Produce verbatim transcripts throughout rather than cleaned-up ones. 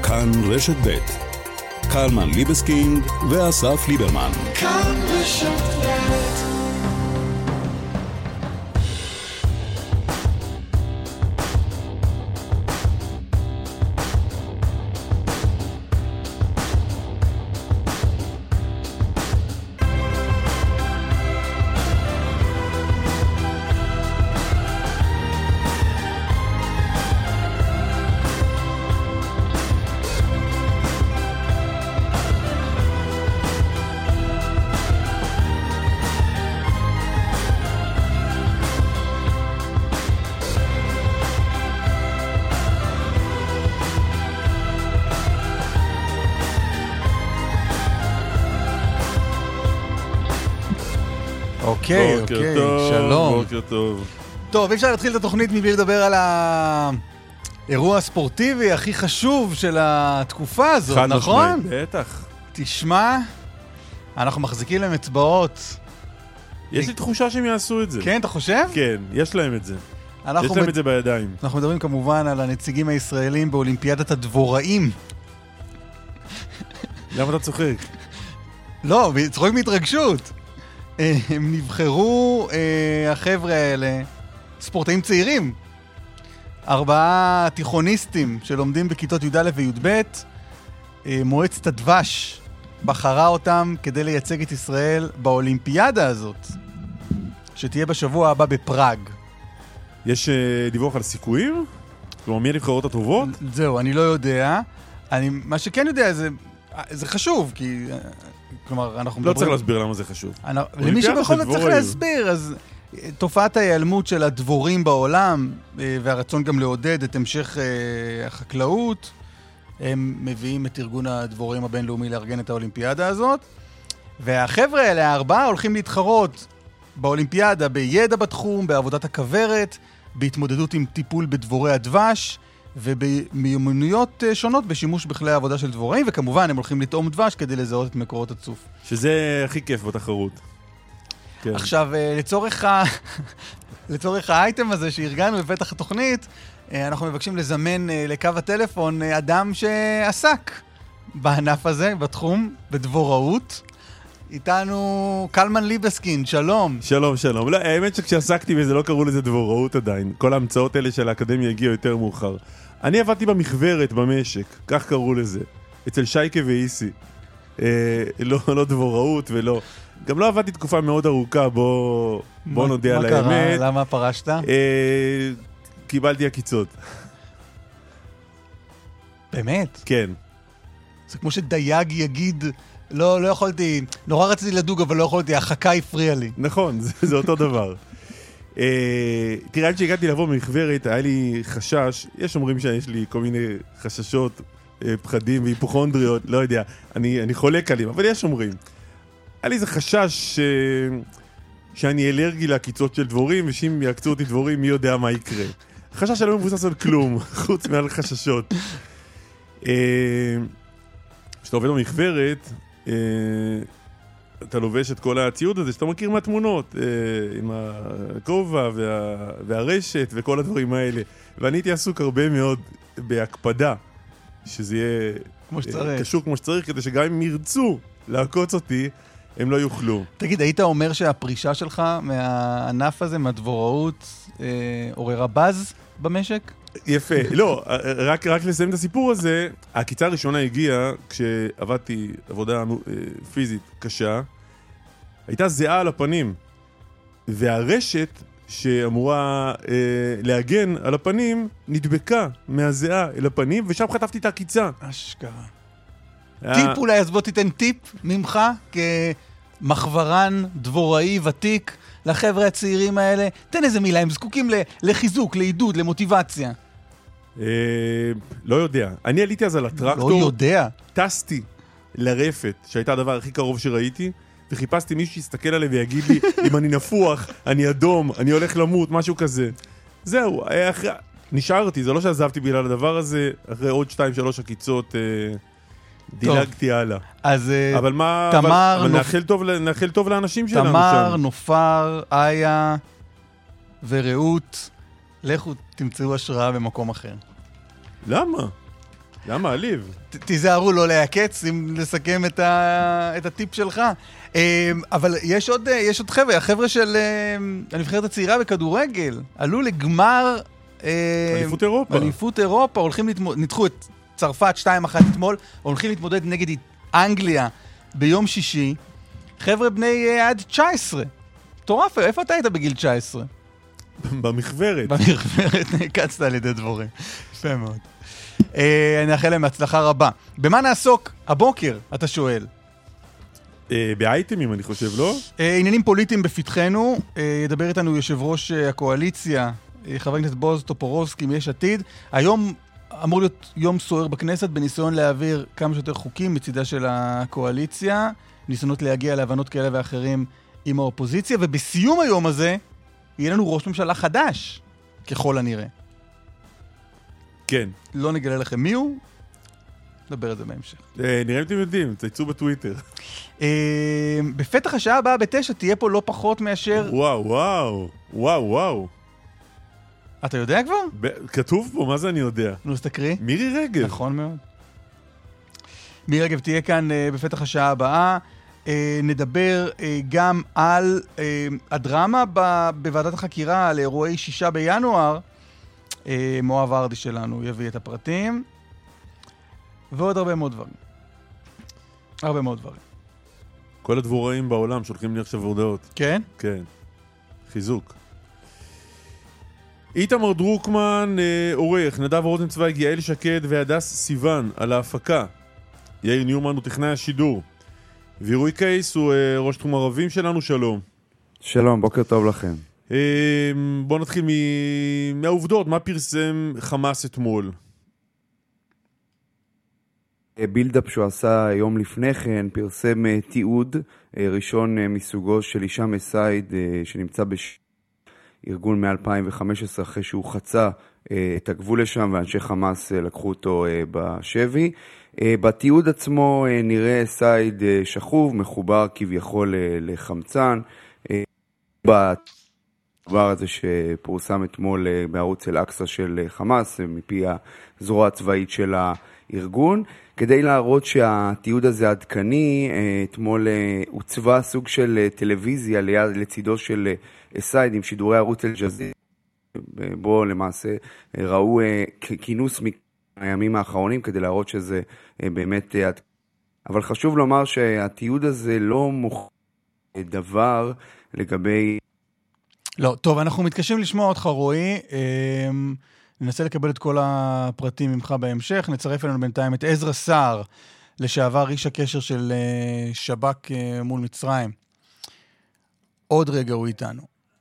כאן רשת ב' קלמן ליבסקינד ואסף ליברמן. כאן רשת ב'. אוקיי, אוקיי, שלום. בוקר טוב. טוב, אי אפשר להתחיל את התוכנית מבלי לדבר על האירוע הספורטיבי הכי חשוב של התקופה הזאת, נכון? בטח. תשמע, אנחנו מחזיקים להם אצבעות. יש לי תחושה שהם יעשו את זה. כן, אתה חושב? כן, יש להם את זה. יש להם את זה בידיים. אנחנו מדברים כמובן על הנציגים הישראלים באולימפיאדת הדבוראים. למה אתה צוחק? לא, צוחק מהתרגשות. הם נבחרו, החבר'ה האלה, ספורטאים צעירים, ארבעה תיכוניסטים שלומדים בכיתות י' א' וי' ב'. מועצת הדבש בחרה אותם כדי לייצג את ישראל באולימפיאדה הזאת, שתהיה בשבוע הבא בפראג. יש דיווח על סיכויים? כלומר, מי הנבחרות הטובות? זהו, אני לא יודע. אני, מה שכן יודע זה, זה חשוב, כי... כלומר, אנחנו מדברים... לא צריך להסביר למה זה חשוב. למי שבכל זאת צריך להסביר, אז תופעת ההיעלמות של הדבורים בעולם, והרצון גם לעודד את המשך החקלאות, הם מביאים את ארגון הדבורים הבינלאומי לארגן את האולימפיאדה הזאת, והחבר'ה האלה, הארבעה, הולכים להתחרות באולימפיאדה בידע בתחום, בעבודת הכוורת, בהתמודדות עם טיפול בדבורי הדבש, ובמיומנויות שונות בשימוש בכלי העבודה של דבוראים, וכמובן הם הולכים לטעום דבש כדי לזהות את מקורות הצוף. שזה הכי כיף בתחרות. כן. עכשיו, לצורך, ה... לצורך האייטם הזה שארגנו בפתח התוכנית, אנחנו מבקשים לזמן לקו הטלפון אדם שעסק בענף הזה, בתחום, בדבוראות. איתנו קלמן ליבסקינד, שלום. שלום, שלום. לא, האמת שכשעסקתי בזה לא קראו לזה דבוראות עדיין. כל ההמצאות האלה של האקדמיה הגיעו יותר מאוחר. אני עבדתי במחברת במשק, כך קראו לזה. אצל שייקה ואיסי. אה, לא, לא דבוראות ולא... גם לא עבדתי תקופה מאוד ארוכה, בוא, בוא נודע על האמת. מה קרה? למה פרשת? אה, קיבלתי הקיצות. באמת? כן. זה כמו שדייג יגיד... לא, לא יכולתי, נורא רציתי לדוג, אבל לא יכולתי, החכה הפריע לי. נכון, זה, זה אותו דבר. תראה, עד שהגעתי לבוא במחברת, היה לי חשש, יש אומרים שיש לי כל מיני חששות, פחדים והיפוכונדריות, לא יודע, אני, אני חולק עליהם, אבל יש אומרים. היה לי איזה חשש ש... שאני אלרגי לעקיצות של דבורים, ושאם יעקצו אותי דבורים, מי יודע מה יקרה. חשש שלא מבוסס על כלום, חוץ מעל חששות. כשאתה עובד במחברת, אתה לובש את כל הציוד הזה שאתה מכיר מהתמונות, עם הכובע וה, והרשת וכל הדברים האלה. ואני הייתי עסוק הרבה מאוד בהקפדה, שזה יהיה כמו שצריך. קשור כמו שצריך, כדי שגם אם ירצו לעקוץ אותי, הם לא יוכלו. תגיד, היית אומר שהפרישה שלך מהענף הזה, מהדבוראות, עוררה בז במשק? יפה, לא, רק, רק לסיים את הסיפור הזה, הקיצה הראשונה הגיעה כשעבדתי עבודה פיזית קשה, הייתה זהה על הפנים, והרשת שאמורה אה, להגן על הפנים נדבקה מהזהה אל הפנים, ושם חטפתי את הקיצה. אשכרה. היה... טיפ אולי, אז בוא תיתן טיפ ממך כמחברן דבוראי ותיק לחבר'ה הצעירים האלה, תן איזה מילה, הם זקוקים לחיזוק, לעידוד, למוטיבציה. לא יודע. אני עליתי אז על הטרקטור. לא יודע. טסתי לרפת, שהייתה הדבר הכי קרוב שראיתי, וחיפשתי מישהו שיסתכל עליי ויגיד לי, אם אני נפוח, אני אדום, אני הולך למות, משהו כזה. זהו, אחרי... נשארתי, זה לא שעזבתי בגלל הדבר הזה, אחרי עוד שתיים, שלוש עקיצות, דילגתי הלאה. אז אבל מה... תמר... אבל נאחל טוב, נאחל טוב לאנשים שלנו שם. תמר, נופר, איה ורעות, לכו תמצאו השראה במקום אחר. למה? זה מעליב. תיזהרו לא להיעקץ, אם לסכם את, ה... את הטיפ שלך. אבל יש עוד, יש עוד חבר'ה, החבר'ה של הנבחרת הצעירה בכדורגל, עלו לגמר... אליפות אירופה. אליפות אירופה, הולכים להתמודד, ניצחו את צרפת שתיים אחת אתמול, הולכים להתמודד נגד אנגליה ביום שישי. חבר'ה בני עד תשע עשרה. מטורף, איפה אתה היית בגיל תשע עשרה? במחברת. במחברת, נעקצת על ידי דבורים. יפה מאוד. אני אאחל להם הצלחה רבה. במה נעסוק הבוקר, אתה שואל? באייטמים, אני חושב, לא? עניינים פוליטיים בפתחנו. ידבר איתנו יושב ראש הקואליציה, חבר הכנסת בועז טופורובסקי מיש עתיד. היום אמור להיות יום סוער בכנסת, בניסיון להעביר כמה שיותר חוקים מצידה של הקואליציה, ניסיונות להגיע להבנות כאלה ואחרים עם האופוזיציה, ובסיום היום הזה יהיה לנו ראש ממשלה חדש, ככל הנראה. כן. לא נגלה לכם מי הוא, נדבר את זה בהמשך. נראה אם אתם יודעים, תצאו בטוויטר. בפתח השעה הבאה בתשע תהיה פה לא פחות מאשר... וואו, וואו, וואו, וואו. אתה יודע כבר? כתוב פה, מה זה אני יודע? נו, אז תקריא. מירי רגב. נכון מאוד. מירי רגב תהיה כאן בפתח השעה הבאה. נדבר גם על הדרמה בוועדת החקירה על אירועי שישה בינואר. מואב ארדי שלנו יביא את הפרטים. ועוד הרבה מאוד דברים. הרבה מאוד דברים. כל הדבוראים בעולם שולחים לי עכשיו הודעות. כן? כן. חיזוק. איתמר דרוקמן, עורך, נדב רוטנצוויג, יעל שקד והדס סיוון על ההפקה. יאיר ניומן הוא טכנאי השידור. וירוי קייס הוא ראש תחום ערבים שלנו, שלום. שלום, בוקר טוב לכם. בואו נתחיל מהעובדות, מה פרסם חמאס אתמול? בילדאפ שהוא עשה יום לפני כן, פרסם תיעוד ראשון מסוגו של הישאם א-סייד שנמצא בש... ארגון מ-אלפיים וחמש עשרה אחרי שהוא חצה את הגבול לשם ואנשי חמאס לקחו אותו בשבי. בתיעוד עצמו נראה סייד שחוב, מחובר כביכול לחמצן. הדבר הזה שפורסם אתמול בערוץ אל-אקסה של חמאס, מפי הזרוע הצבאית של הארגון. כדי להראות שהתיעוד הזה עדכני, אתמול הוצבה סוג של טלוויזיה ליד, לצידו של א-סייד עם שידורי ערוץ אל-ג'זירה, בו למעשה ראו כינוס מהימים האחרונים כדי להראות שזה באמת עדכני. אבל חשוב לומר שהתיעוד הזה לא מוכן דבר לגבי... לא, טוב, אנחנו מתקשים לשמוע אותך, רועי. ננסה לקבל את כל הפרטים ממך בהמשך. נצרף אלינו בינתיים את עזרא סער, לשעבר איש הקשר של שב"כ מול מצרים. עוד רגע הוא איתנו.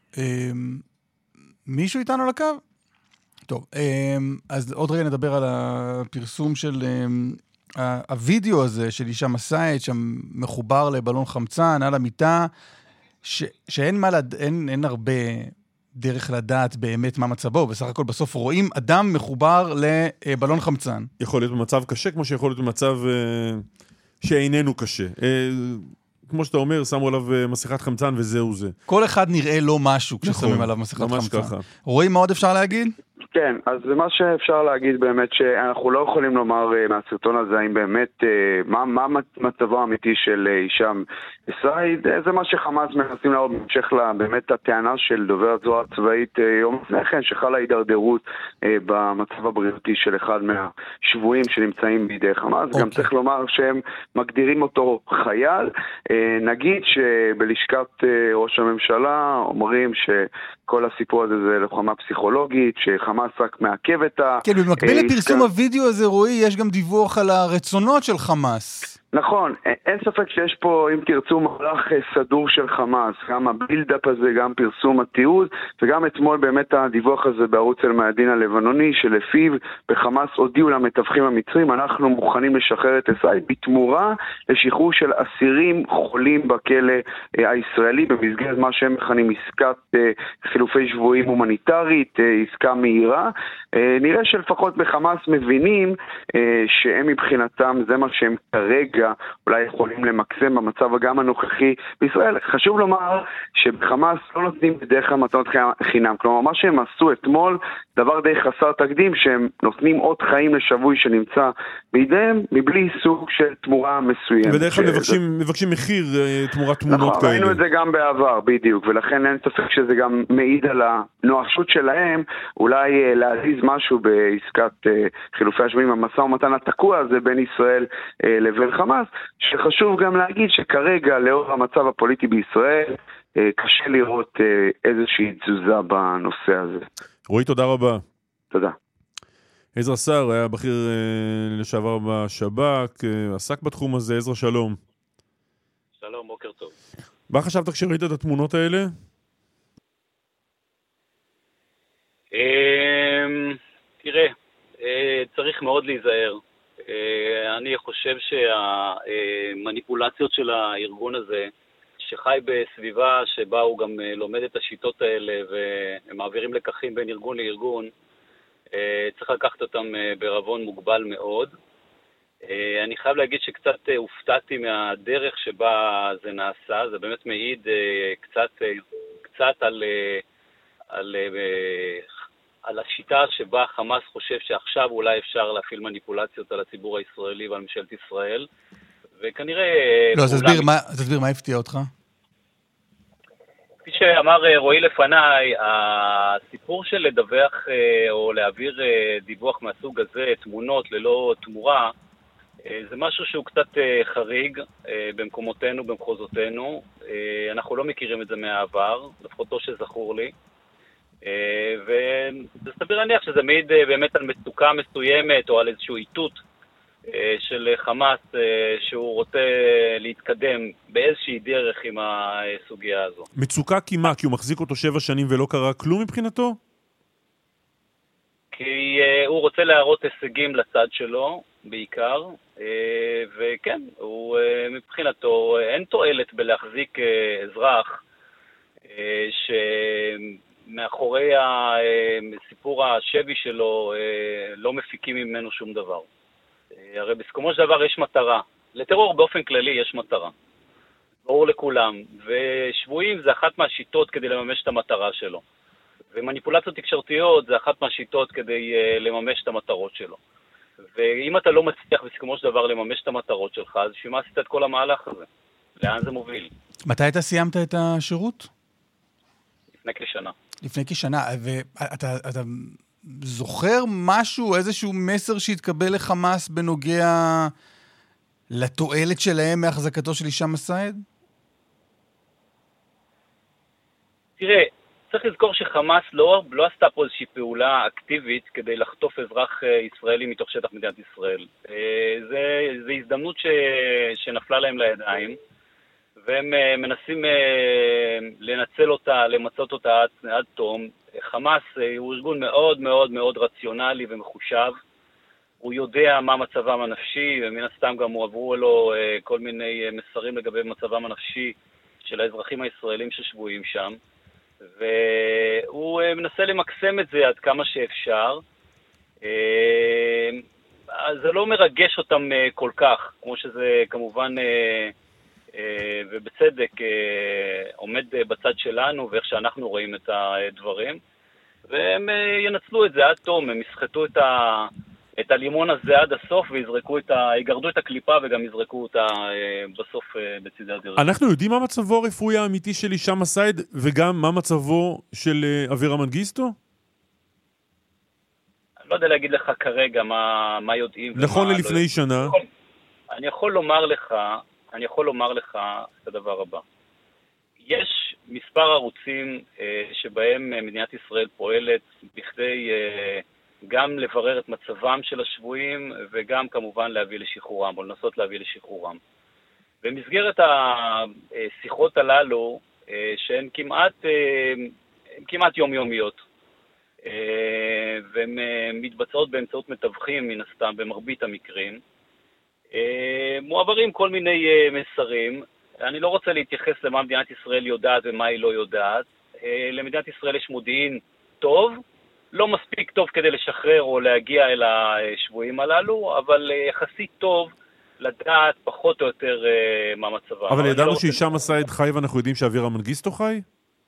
מישהו איתנו על הקו? טוב, אז עוד רגע נדבר על הפרסום של הווידאו הזה של הישאם א-סייד, שמחובר לבלון חמצן על המיטה, שאין מה לד... אין, אין הרבה דרך לדעת באמת מה מצבו. בסך הכל בסוף רואים אדם מחובר לבלון חמצן. יכול להיות במצב קשה, כמו שיכול להיות במצב אה, שאיננו קשה. אה, כמו שאתה אומר, שמו עליו מסכת חמצן וזהו זה. כל אחד נראה לו משהו כששמים עליו מסכת חמצן. ככה. רואים מה עוד אפשר להגיד? כן, אז זה מה שאפשר להגיד באמת, שאנחנו לא יכולים לומר מהסרטון הזה, האם באמת, מה, מה מצבו האמיתי של הישאם א-סייד, זה מה שחמאס מנסים להראות בהמשך באמת הטענה של דובר הזרוע הצבאית יום לפני כן, שחלה הידרדרות במצב הבריאותי של אחד מהשבויים שנמצאים בידי חמאס, okay. גם צריך לומר שהם מגדירים אותו חייל, נגיד שבלשכת ראש הממשלה אומרים שכל הסיפור הזה זה לוחמה פסיכולוגית, שחמאס רק מעכב את ה... כן, במקביל לפרסום הווידאו הזה, רועי, יש גם דיווח על הרצונות של חמאס. נכון, אין ספק שיש פה, אם תרצו, מהלך סדור של חמאס, גם הבילדאפ הזה, גם פרסום התיעוד, וגם אתמול באמת הדיווח הזה בערוץ אל-מיאדין הלבנוני, שלפיו בחמאס הודיעו למתווכים המצרים, אנחנו מוכנים לשחרר את א-סייד בתמורה לשחרור של אסירים חולים בכלא הישראלי, במסגרת מה שהם מכנים עסקת חילופי שבויים הומניטרית, עסקה מהירה. נראה שלפחות בחמאס מבינים שהם מבחינתם, זה מה שהם כרגע כרגע אולי יכולים למקסם במצב גם הנוכחי בישראל. חשוב לומר שבחמאס לא נותנים בדרך כלל מתנות חינם, כלומר מה שהם עשו אתמול, דבר די חסר תקדים, שהם נותנים עוד חיים לשבוי שנמצא בידיהם, מבלי סוג של תמורה מסוימת. בדרך כלל מבקשים, מבקשים מחיר תמורת תמונות נכון, כאלה. ראינו את זה גם בעבר, בדיוק, ולכן אין ספק שזה גם מעיד על הנואשות שלהם, אולי להזיז משהו בעסקת חילופי השבויים, המשא ומתן התקוע הזה בין ישראל לבין חמאס, שחשוב גם להגיד שכרגע לאור המצב הפוליטי בישראל, קשה לראות איזושהי תזוזה בנושא הזה. רועי, תודה רבה. תודה. עזרא שר היה בכיר לשעבר בשב"כ, עסק בתחום הזה. עזרא, שלום. שלום, בוקר טוב. מה חשבת כשראית את התמונות האלה? תראה, צריך מאוד להיזהר. אני חושב שהמניפולציות של הארגון הזה, שחי בסביבה שבה הוא גם לומד את השיטות האלה והם מעבירים לקחים בין ארגון לארגון, צריך לקחת אותם בערבון מוגבל מאוד. אני חייב להגיד שקצת הופתעתי מהדרך שבה זה נעשה, זה באמת מעיד קצת, קצת על, על, על השיטה שבה חמאס חושב שעכשיו אולי אפשר להפעיל מניפולציות על הציבור הישראלי ועל ממשלת ישראל, וכנראה... לא, אז תסביר, מה, תסביר מה הפתיע אותך? כפי שאמר רועי לפניי, הסיפור של לדווח או להעביר דיווח מהסוג הזה, תמונות ללא תמורה, זה משהו שהוא קצת חריג במקומותינו, במחוזותינו. אנחנו לא מכירים את זה מהעבר, לפחות לא שזכור לי. וזה סביר להניח שזה מעיד באמת על מצוקה מסוימת או על איזשהו איתות של חמאס שהוא רוצה להתקדם באיזושהי דרך עם הסוגיה הזו. מצוקה כי מה? כי הוא מחזיק אותו שבע שנים ולא קרה כלום מבחינתו? כי הוא רוצה להראות הישגים לצד שלו בעיקר, וכן, הוא מבחינתו אין תועלת בלהחזיק אזרח שמאחורי הסיפור השבי שלו לא מפיקים ממנו שום דבר. הרי בסיכומו של דבר יש מטרה. לטרור באופן כללי יש מטרה. ברור לכולם. ושבויים זה אחת מהשיטות כדי לממש את המטרה שלו. ומניפולציות תקשורתיות זה אחת מהשיטות כדי uh, לממש את המטרות שלו. ואם אתה לא מצליח בסיכומו של דבר לממש את המטרות שלך, אז שמה עשית את כל המהלך הזה? לאן זה מוביל? מתי אתה סיימת את השירות? לפני כשנה. לפני כשנה. ואתה... אתה... זוכר משהו, איזשהו מסר שהתקבל לחמאס בנוגע לתועלת שלהם מהחזקתו של הישאם א-סייד? תראה, צריך לזכור שחמאס לא, לא עשתה פה איזושהי פעולה אקטיבית כדי לחטוף אזרח ישראלי מתוך שטח מדינת ישראל. זה, זה הזדמנות ש, שנפלה להם לידיים, והם מנסים לנצל אותה, למצות אותה עד, עד תום. חמאס הוא ארגון מאוד מאוד מאוד רציונלי ומחושב. הוא יודע מה מצבם הנפשי, ומן הסתם גם הועברו לו כל מיני מסרים לגבי מצבם הנפשי של האזרחים הישראלים ששבויים שם. והוא מנסה למקסם את זה עד כמה שאפשר. אז זה לא מרגש אותם כל כך, כמו שזה כמובן... ובצדק עומד בצד שלנו ואיך שאנחנו רואים את הדברים, והם ינצלו את זה עד תום, הם יסחטו את, ה, את הלימון הזה עד הסוף ויזרקו את ה, יגרדו את הקליפה וגם יזרקו אותה בסוף בצדי הדרך. אנחנו יודעים מה מצבו הרפואי האמיתי של הישאם א-סייד וגם מה מצבו של אברה מנגיסטו? אני לא יודע להגיד לך כרגע מה, מה יודעים. נכון ללפני לא שנה. יכול, אני יכול לומר לך אני יכול לומר לך את הדבר הבא. יש מספר ערוצים אה, שבהם מדינת ישראל פועלת בכדי אה, גם לברר את מצבם של השבויים וגם כמובן להביא לשחרורם או לנסות להביא לשחרורם. במסגרת השיחות הללו אה, שהן כמעט, אה, כמעט יומיומיות אה, והן אה, מתבצעות באמצעות מתווכים מן הסתם במרבית המקרים, מועברים כל מיני מסרים. אני לא רוצה להתייחס למה מדינת ישראל יודעת ומה היא לא יודעת. למדינת ישראל יש מודיעין טוב, לא מספיק טוב כדי לשחרר או להגיע אל השבויים הללו, אבל יחסית טוב לדעת פחות או יותר מה מצבם. אבל ידענו שהישאם א-סייד חי ואנחנו יודעים שאבירה מנגיסטו חי?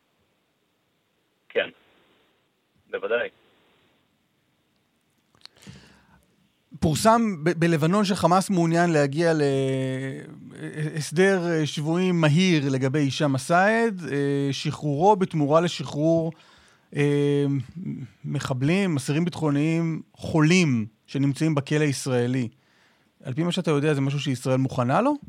כן, בוודאי. פורסם ב- בלבנון שחמאס מעוניין להגיע להסדר שבויים מהיר לגבי הישאם א-סייד, שחרורו בתמורה לשחרור מחבלים, אסירים ביטחוניים חולים שנמצאים בכלא הישראלי. על פי מה שאתה יודע, זה משהו שישראל מוכנה לו?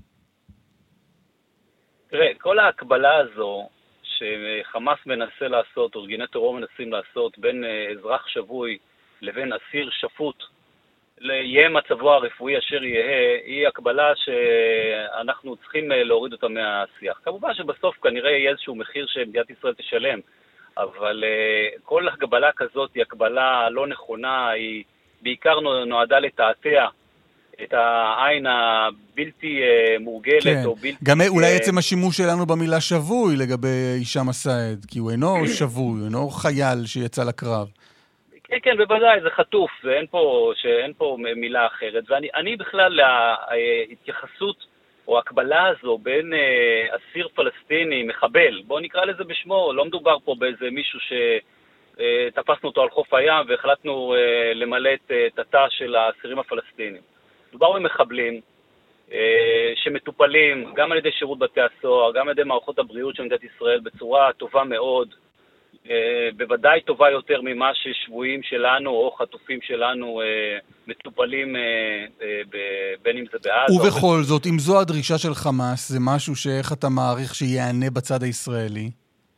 תראה, כל ההקבלה הזו שחמאס מנסה לעשות, ארגוני טרור מנסים לעשות, בין אזרח שבוי לבין אסיר שפוט, יהיה מצבו הרפואי אשר יהיה, היא הקבלה שאנחנו צריכים להוריד אותה מהשיח. כמובן שבסוף כנראה יהיה איזשהו מחיר שמדינת ישראל תשלם, אבל כל הקבלה כזאת היא הקבלה לא נכונה, היא בעיקר נועדה לתעתע את העין הבלתי מורגלת, כן. או בלתי... גם אולי עצם השימוש שלנו במילה שבוי לגבי הישאם א-סייד, כי הוא אינו שבוי, הוא אינו חייל שיצא לקרב. כן, כן, בוודאי, זה חטוף, ואין פה, שאין פה מילה אחרת. ואני אני בכלל, ההתייחסות או הקבלה הזו בין אסיר פלסטיני, מחבל, בואו נקרא לזה בשמו, לא מדובר פה באיזה מישהו שתפסנו אותו על חוף הים והחלטנו למלא את תתה של האסירים הפלסטינים. מדובר במחבלים שמטופלים גם על ידי שירות בתי הסוהר, גם על ידי מערכות הבריאות של מדינת ישראל בצורה טובה מאוד, בוודאי טובה יותר ממה ששבויים שלנו או חטופים שלנו מטופלים, בין אם זה בעזה. ובכל זאת, אם זו הדרישה של חמאס, זה משהו שאיך אתה מעריך שיענה בצד הישראלי?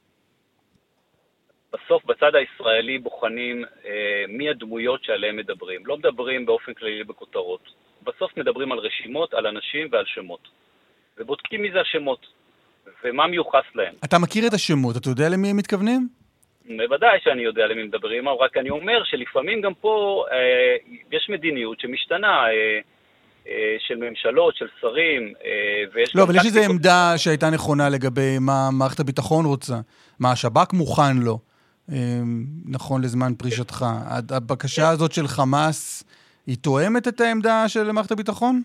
בסוף בצד הישראלי בוחנים מי הדמויות שעליהם מדברים. לא מדברים באופן כללי בכותרות. בסוף מדברים על רשימות, על אנשים ועל שמות. ובודקים מי זה השמות ומה מיוחס להם. אתה מכיר את השמות? אתה יודע למי הם מתכוונים? בוודאי שאני יודע למי מדברים, רק אני אומר שלפעמים גם פה אה, יש מדיניות שמשתנה, אה, אה, של ממשלות, של שרים, אה, ויש... לא, אבל יש איזו עמדה שהייתה נכונה לגבי מה מערכת הביטחון רוצה, מה השב"כ מוכן לו, אה, נכון לזמן פרישתך. הבקשה הזאת של חמאס, היא תואמת את העמדה של מערכת הביטחון?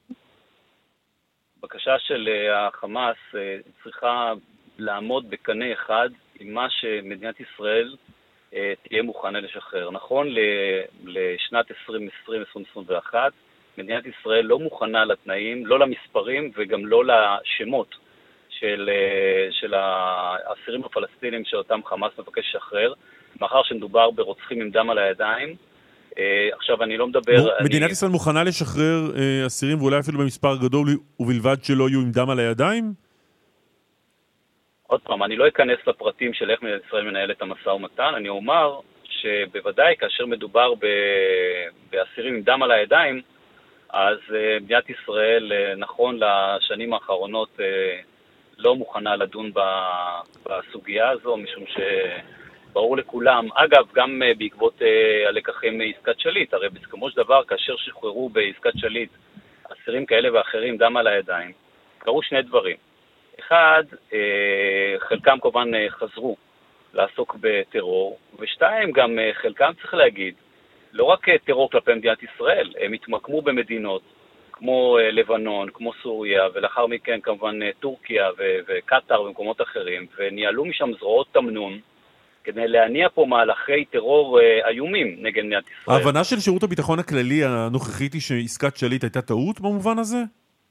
בקשה של החמאס אה, צריכה לעמוד בקנה אחד, עם מה שמדינת ישראל אה, תהיה מוכנה לשחרר. נכון לשנת עשרים עשרים עד עשרים עשרים ואחת, מדינת ישראל לא מוכנה לתנאים, לא למספרים וגם לא לשמות של, אה, של האסירים הפלסטינים שאותם חמאס מבקש לשחרר, מאחר שמדובר ברוצחים עם דם על הידיים. אה, עכשיו אני לא מדבר... מדינת אני... ישראל מוכנה לשחרר אה, אסירים ואולי אפילו במספר גדול ובלבד שלא יהיו עם דם על הידיים? עוד פעם, אני לא אכנס לפרטים של איך מדינת ישראל מנהלת את המשא ומתן, אני אומר שבוודאי כאשר מדובר באסירים עם דם על הידיים, אז מדינת ישראל, נכון לשנים האחרונות, לא מוכנה לדון בסוגיה הזו, משום שברור לכולם, אגב, גם בעקבות הלקחים מעסקת שליט, הרי בסכמו של דבר, כאשר שחררו בעסקת שליט אסירים כאלה ואחרים דם על הידיים, קרו שני דברים. אחד, חלקם כמובן חזרו לעסוק בטרור, ושתיים, גם חלקם צריך להגיד, לא רק טרור כלפי מדינת ישראל, הם התמקמו במדינות כמו לבנון, כמו סוריה, ולאחר מכן כמובן טורקיה וקטר ומקומות אחרים, וניהלו משם זרועות תמנון, כדי להניע פה מהלכי טרור איומים נגד מדינת ישראל. ההבנה של שירות הביטחון הכללי הנוכחית היא שעסקת שליט הייתה טעות במובן הזה?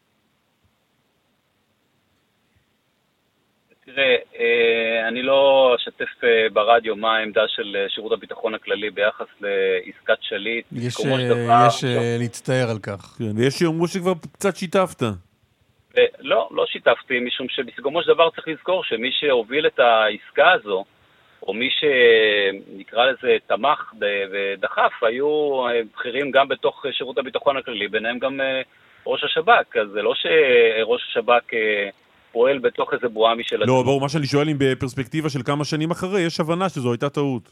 תראה, אני לא אשתף ברדיו מה העמדה של שירות הביטחון הכללי ביחס לעסקת שליט. יש, יש להצטער על כך. כן, ויש שיאמרו שכבר קצת שיתפת. לא, לא שיתפתי, משום שבסיכומו של דבר צריך לזכור שמי שהוביל את העסקה הזו, או מי שנקרא לזה תמך ודחף, היו בכירים גם בתוך שירות הביטחון הכללי, ביניהם גם ראש השב"כ. אז זה לא שראש השב"כ פועל בתוך איזה בועה משל... לא, ברור, מה שאני שואל אם בפרספקטיבה של כמה שנים אחרי, יש הבנה שזו הייתה טעות.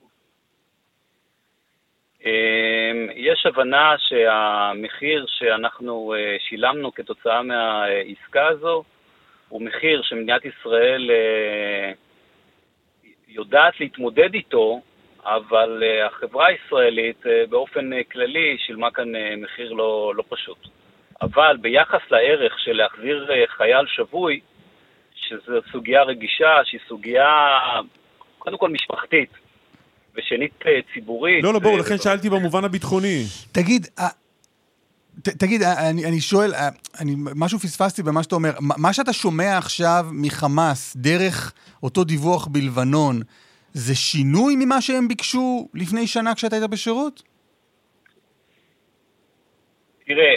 יש הבנה שהמחיר שאנחנו שילמנו כתוצאה מהעסקה הזו, הוא מחיר שמדינת ישראל יודעת להתמודד איתו, אבל החברה הישראלית באופן כללי שילמה כאן מחיר לא, לא פשוט. אבל ביחס לערך של להחזיר חייל שבוי, שזו סוגיה רגישה, שהיא סוגיה קודם כל משפחתית, ושנית ציבורית. לא, לא, בואו, לכן שאלתי במובן הביטחוני. תגיד, ת, תגיד, אני, אני שואל, אני, משהו פספסתי במה שאתה אומר, מה שאתה שומע עכשיו מחמאס, דרך אותו דיווח בלבנון, זה שינוי ממה שהם ביקשו לפני שנה כשאתה היית בשירות? תראה,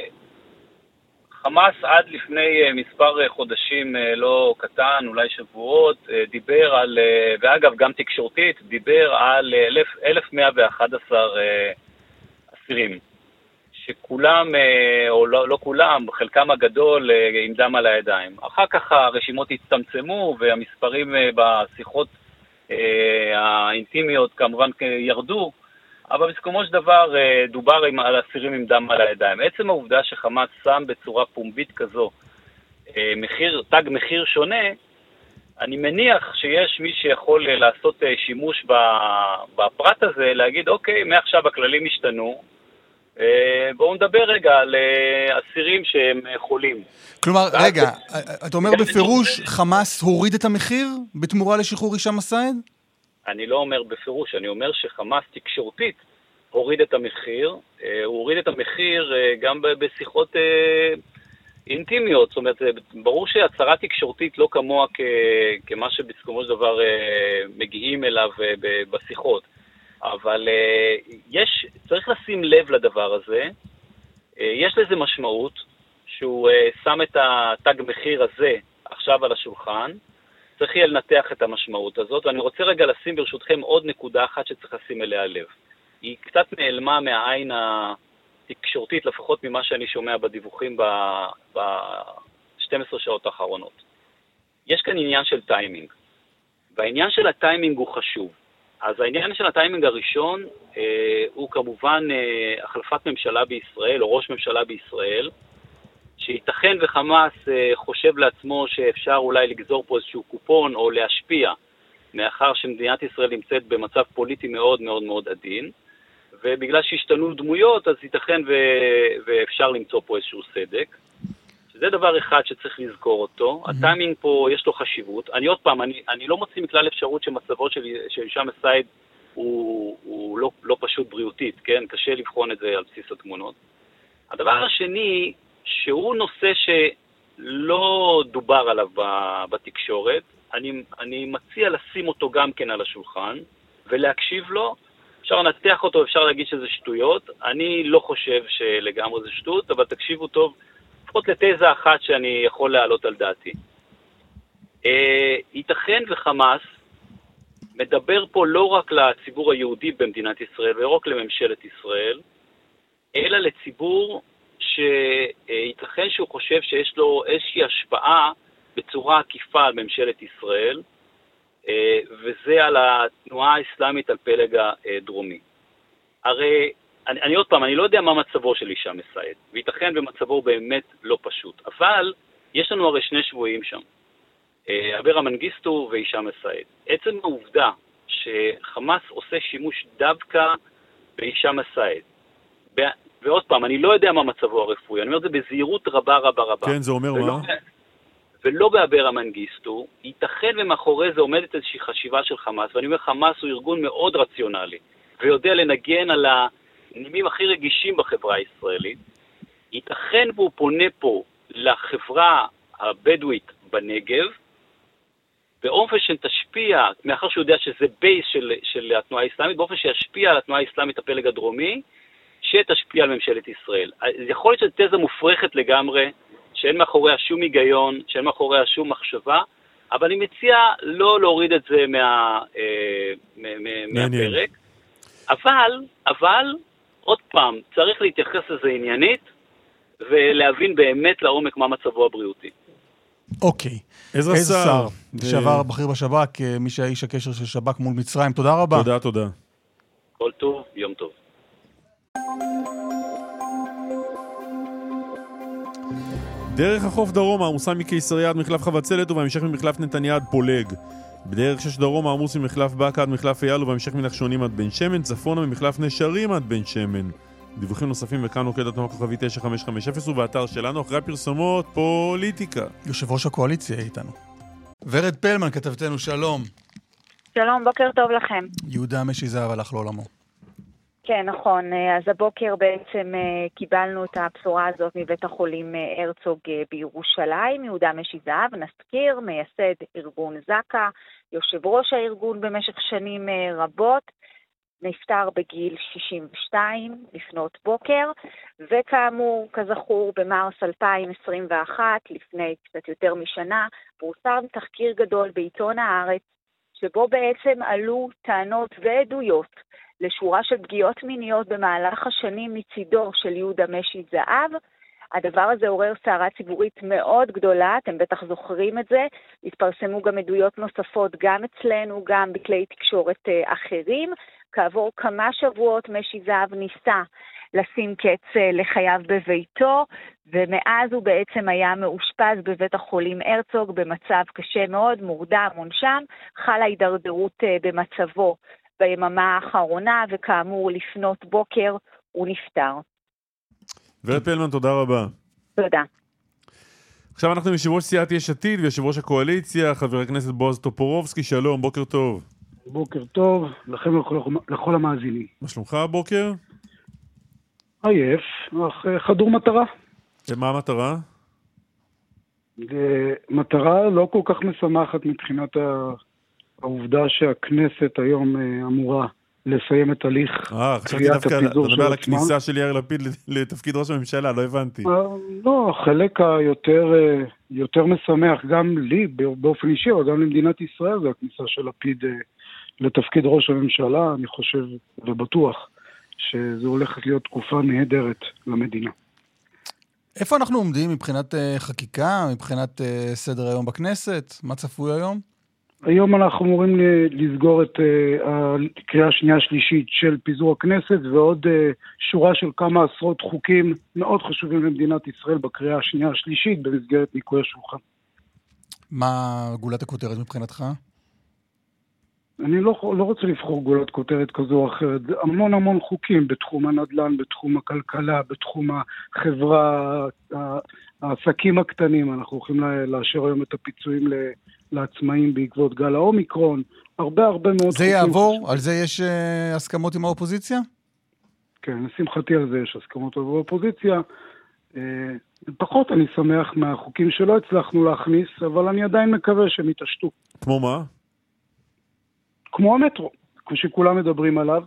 חמאס עד לפני מספר חודשים לא קטן, אולי שבועות, דיבר על, ואגב גם תקשורתית, דיבר על אלף מאה ואחת עשרה אסירים. שכולם, או לא, לא כולם, חלקם הגדול עם דם על הידיים. אחר כך הרשימות הצטמצמו והמספרים בשיחות האינטימיות כמובן ירדו, אבל בסיכומו של דבר דובר על אסירים עם דם על הידיים. עצם העובדה שחמאס שם בצורה פומבית כזו מחיר, תג מחיר שונה, אני מניח שיש מי שיכול לעשות שימוש בפרט הזה, להגיד אוקיי, מעכשיו הכללים השתנו, בואו נדבר רגע על אסירים שהם חולים. כלומר, רגע, אתה אומר בפירוש חמאס הוריד את המחיר בתמורה לשחרור הישאם א-סייד? אני לא אומר בפירוש, אני אומר שחמאס תקשורתית הוריד את המחיר, הוא הוריד את המחיר גם בשיחות אינטימיות, זאת אומרת, ברור שהצהרה תקשורתית לא כמוה כמה שבסיכומו של דבר מגיעים אליו בשיחות. אבל uh, יש, צריך לשים לב לדבר הזה, uh, יש לזה משמעות, שהוא uh, שם את התג מחיר הזה עכשיו על השולחן, צריך יהיה לנתח את המשמעות הזאת, ואני רוצה רגע לשים ברשותכם עוד נקודה אחת שצריך לשים אליה לב. היא קצת נעלמה מהעין התקשורתית, לפחות ממה שאני שומע בדיווחים ב-שתים עשרה שעות האחרונות. יש כאן עניין של טיימינג, והעניין של הטיימינג הוא חשוב. אז העניין של הטיימינג הראשון אה, הוא כמובן אה, החלפת ממשלה בישראל, או ראש ממשלה בישראל, שייתכן וחמאס אה, חושב לעצמו שאפשר אולי לגזור פה איזשהו קופון או להשפיע, מאחר שמדינת ישראל נמצאת במצב פוליטי מאוד מאוד מאוד עדין, ובגלל שהשתנו דמויות, אז ייתכן ו- ואפשר למצוא פה איזשהו סדק. זה דבר אחד שצריך לזכור אותו. Mm-hmm. הטיימינג פה יש לו חשיבות. אני עוד פעם, אני, אני לא מוציא מכלל אפשרות שמצבו של, של הישאם א-סייד הוא, הוא לא, לא פשוט בריאותית, כן? קשה לבחון את זה על בסיס התמונות. הדבר השני, שהוא נושא שלא דובר עליו בתקשורת, אני, אני מציע לשים אותו גם כן על השולחן, ולהקשיב לו. אפשר לנתח אותו, אפשר להגיד שזה שטויות. אני לא חושב שלגמרי זה שטות, אבל תקשיבו טוב, לפחות לתזה אחת שאני יכול להעלות על דעתי. אה, ייתכן וחמאס מדבר פה לא רק לציבור היהודי במדינת ישראל, ולא רק לממשלת ישראל, אלא לציבור שייתכן שהוא חושב שיש לו איזושהי השפעה בצורה עקיפה על ממשלת ישראל, אה, וזה על התנועה האסלאמית על פלג הדרומי. הרי אני, אני עוד פעם, אני לא יודע מה מצבו של הישאם א-סייד, וייתכן במצבו באמת לא פשוט, אבל יש לנו הרי שני שבויים שם, אברה מנגיסטו והישאם א-סייד. עצם העובדה שחמאס עושה שימוש דווקא בהישאם א-סייד, ועוד פעם, אני לא יודע מה מצבו הרפואי, אני אומר את זה בזהירות רבה רבה רבה. כן, זה אומר ולא, מה? ולא באברה מנגיסטו, ייתכן ומאחורי זה עומדת איזושהי חשיבה של חמאס, ואני אומר, חמאס הוא ארגון מאוד רציונלי, ויודע לנגן על ה... נימים הכי רגישים בחברה הישראלית, ייתכן והוא פונה פה לחברה הבדואית בנגב, באופן שתשפיע, מאחר שהוא יודע שזה בייס של, של התנועה האסלאמית, באופן שישפיע על התנועה האסלאמית הפלג הדרומי, שתשפיע על ממשלת ישראל. יכול להיות שזו תזה מופרכת לגמרי, שאין מאחוריה שום היגיון, שאין מאחוריה שום מחשבה, אבל אני מציע לא להוריד את זה מה, אה, מהפרק. אבל, אבל, עוד פעם, צריך להתייחס לזה עניינית, ולהבין באמת לעומק מה מצבו הבריאותי. אוקיי. עזרא סער, לשעבר בכיר בשב"כ, מי שהיה איש הקשר של שב"כ מול מצרים. תודה רבה. תודה, תודה. כל טוב, יום טוב. דרך החוף דרום העמוסה מקיסריה עד מחלף חבצלת ובהמשך ממחלף נתניה עד פולג. בדרך שש דרום העמוס ממחלף בקה עד מחלף אייל ובהמשך מנחשונים עד בן שמן, צפונה ממחלף נשרים עד בן שמן. דיווחים נוספים וכאן נוקד התנועה כוכבי תשע חמש חמש אפס ובאתר שלנו אחרי הפרסומות פוליטיקה. יושב ראש הקואליציה איתנו. ורד פלמן, כתבתנו, שלום. שלום, בוקר טוב לכם. יהודה משי זהב הלך לעולמו. כן, נכון. אז הבוקר בעצם קיבלנו את הבשורה הזאת מבית החולים הרצוג בירושלים. יהודה משי זהב, נזכיר, מייסד ארגון זק"א, יושב ראש הארגון במשך שנים רבות, נפטר בגיל שישים ושתיים לפנות בוקר, וכאמור, כזכור, במרס אלפיים עשרים ואחת, לפני קצת יותר משנה, פורסם תחקיר גדול בעיתון הארץ, שבו בעצם עלו טענות ועדויות לשורה של פגיעות מיניות במהלך השנים מצידו של יהודה משי זהב. הדבר הזה עורר סערה ציבורית מאוד גדולה, אתם בטח זוכרים את זה, התפרסמו גם עדויות נוספות גם אצלנו, גם בכלי תקשורת אחרים. כעבור כמה שבועות משי זהב ניסה לשים קץ לחייו בביתו, ומאז הוא בעצם היה מאושפז בבית החולים הרצוג במצב קשה מאוד, מורדם, מונשם, חלה הידרדרות במצבו ביממה האחרונה, וכאמור לפנות בוקר הוא נפטר. ורד פלמן, תודה רבה. תודה. עכשיו אנחנו עם יושב ראש סיעת יש עתיד ויושב ראש הקואליציה, חבר הכנסת בועז טופורובסקי, שלום, בוקר טוב. בוקר טוב, לכם לכל, לכל המאזינים. מה שלומך הבוקר? עייף, אך חדור מטרה. ומה המטרה? מטרה לא כל כך משמחת מבחינת העובדה שהכנסת היום אמורה לסיים את הליך אה, חשבתי דווקא, אתה מדבר על הכניסה של יאיר לפיד לתפקיד ראש הממשלה, לא הבנתי. לא, החלק היותר יותר משמח גם לי באופן אישי, אבל גם למדינת ישראל, זה הכניסה של לפיד לתפקיד ראש הממשלה. אני חושב ובטוח שזה הולכת להיות תקופה נהדרת למדינה. איפה אנחנו עומדים מבחינת חקיקה, מבחינת סדר היום בכנסת? מה צפוי היום? היום אנחנו אמורים לסגור את הקריאה השנייה השלישית של פיזור הכנסת, ועוד שורה של כמה עשרות חוקים מאוד חשובים למדינת ישראל בקריאה השנייה השלישית במסגרת ניקוי השולחן. מה גולת הכותרת מבחינתך? אני לא, לא רוצה לבחור גולת כותרת כזו או אחרת. המון המון חוקים בתחום הנדל"ן, בתחום הכלכלה, בתחום החברה, העסקים הקטנים. אנחנו הולכים לאשר היום את הפיצויים לעצמאים בעקבות גל האומיקרון. הרבה הרבה מאוד זה חוקים. יעבור? חוקים. על זה יש uh, הסכמות עם האופוזיציה? כן, לשמחתי על זה יש הסכמות עם האופוזיציה. Uh, פחות אני שמח מהחוקים שלא הצלחנו להכניס, אבל אני עדיין מקווה שהם יתעשתו. כמו מה? כמו המטרו, כמו שכולם מדברים עליו.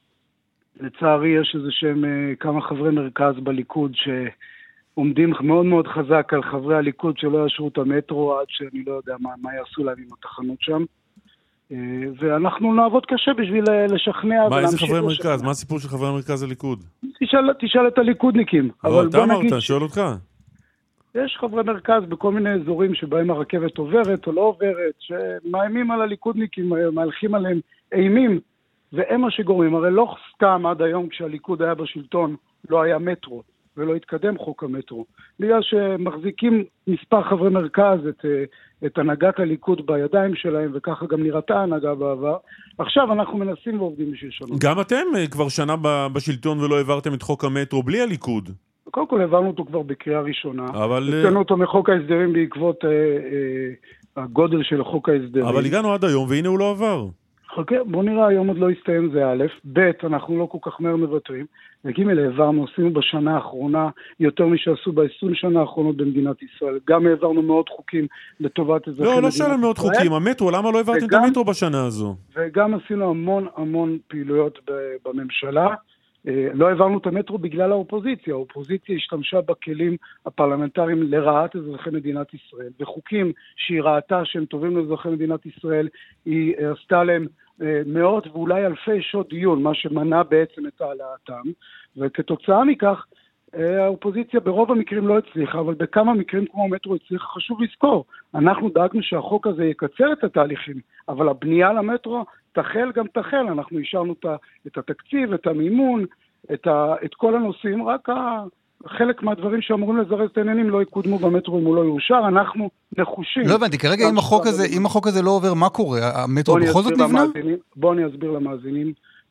לצערי יש איזה שהם כמה חברי מרכז בליכוד שעומדים מאוד מאוד חזק על חברי הליכוד שלא יאשרו את המטרו עד שאני לא יודע מה, מה יעשו להם עם התחנות שם. ואנחנו נעבוד קשה בשביל לשכנע. מה, איזה חברי מרכז? מה הסיפור של חברי מרכז הליכוד? תשאל, תשאל את הליכודניקים. אבל אתה אמרת, שואל אותך. יש חברי מרכז בכל מיני אזורים שבהם הרכבת עוברת או לא עוברת, שמאיימים על הליכודניקים, מהלכים עליהם אימים, והם מה שגורמים. הרי לא סתם עד היום כשהליכוד היה בשלטון לא היה מטרו, ולא התקדם חוק המטרו. בגלל שמחזיקים מספר חברי מרכז את, את הנהגת הליכוד בידיים שלהם, וככה גם נראתה הנהגה בעבר. עכשיו אנחנו מנסים ועובדים בשביל שנות. גם אתם כבר שנה בשלטון ולא העברתם את חוק המטרו בלי הליכוד. קודם כל העברנו אותו כבר בקריאה ראשונה. אבל... הצאנו אותו מחוק ההסדרים בעקבות אה, אה, הגודל של חוק ההסדרים. אבל הגענו עד היום והנה הוא לא עבר. חכה, בוא נראה, היום עוד לא הסתיים, זה א', ב', אנחנו לא כל כך מהר מבטרים, וג' העברנו, עשינו בשנה האחרונה יותר משעשו ב-עשרים שנה האחרונות במדינת ישראל. גם העברנו מאות חוקים לטובת אזרחי לא, מדינת ישראל. לא, לא שאלה מאות חוקים, המטרו, למה לא העברתם וגם, את המטרו בשנה הזו? וגם עשינו המון המון פעילויות בממשלה, לא העברנו את המטרו בגלל האופוזיציה. האופוזיציה השתמשה בכלים הפרלמנטריים לרעת אזרחי מדינת ישראל. וחוקים שהיא ראתה שהם טובים לאזרחי מדינת ישראל, היא עשתה להם מאות ואולי אלפי שעות דיון, מה שמנע בעצם את העלאתם. וכתוצאה מכך, האופוזיציה ברוב המקרים לא הצליחה, אבל בכמה מקרים כמו המטרו הצליחה. חשוב לזכור, אנחנו דאגנו שהחוק הזה יקצר את התהליכים, אבל הבנייה למטרו תחל גם תחל. אנחנו אישרנו את התקציב, את המימון, את, ה, את כל הנושאים, רק חלק מהדברים שאמורים לזרז את העניינים לא יקודמו במטרו אם הוא לא יאושר. אנחנו נחושים. לא הבנתי, כרגע אם החוק הזה, אם החוק הזה לא עובר, מה קורה? המטרו בכל זאת נבנה? בואו אני אסביר למאזינים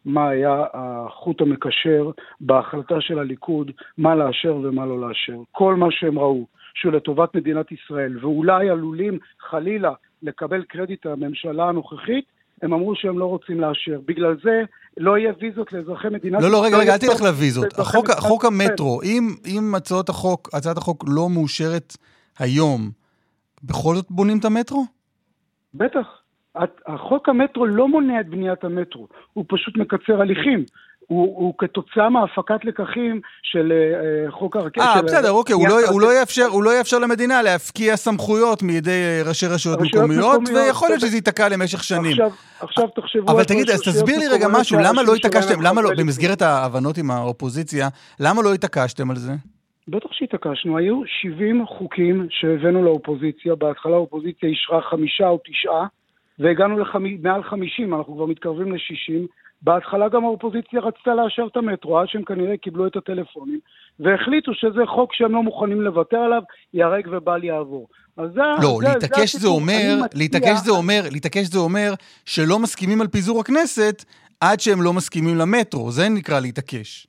מה היה החוט המקשר בהחלטה של הליכוד, מה לאשר ומה לא לאשר. כל מה שהם ראו שהוא לטובת מדינת ישראל, ואולי עלולים חלילה לקבל קרדיט הממשלה הנוכחית, הם אמרו שהם לא רוצים לאשר. בגלל זה לא יהיה ויזות לאזרחי מדינת ישראל. לא, לא, רגע, רגע, אל תלך ישראל. לוויזות. החוק, החוק המטרו, אם, אם הצעת החוק, הצעת החוק לא מאושרת היום, בכל זאת בונים את המטרו? בטח. החוק המטרו לא מונע את בניית המטרו, הוא פשוט מקצר הליכים. הוא, הוא כתוצאה מהפקת לקחים של uh, חוק הרכבת. אה, בסדר, אוקיי, הוא לא, הוא, לא יאפשר, הוא לא יאפשר למדינה להפקיע סמכויות מידי ראשי רשויות מקומיות, ויכול להיות שזה ייתקע למשך שנים. עכשיו, עכשיו תחשבו... אבל תגיד, אז תסביר לי רגע משהו, למה לא התעקשתם, למה לא, במסגרת ההבנות עם האופוזיציה, למה לא התעקשתם על זה? בטח שהתעקשנו, היו שבעים חוקים שהבאנו לאופוזיציה, בהתחלה האופוזיציה אישרה חמישה או תשעה, והגענו למעל חמישים, אנחנו כבר מתקרבים ל-שישים, בהתחלה גם האופוזיציה רצתה לאשר את המטרו, עד שהם כנראה קיבלו את הטלפונים, והחליטו שזה חוק שהם לא מוכנים לוותר עליו, ירק ובל יעבור. אז זה, לא, זה, להתעקש זה זה אומר, מציע... להתעקש זה אומר, להתעקש זה אומר שלא מסכימים על פיזור הכנסת, עד שהם לא מסכימים למטרו, זה נקרא להתעקש.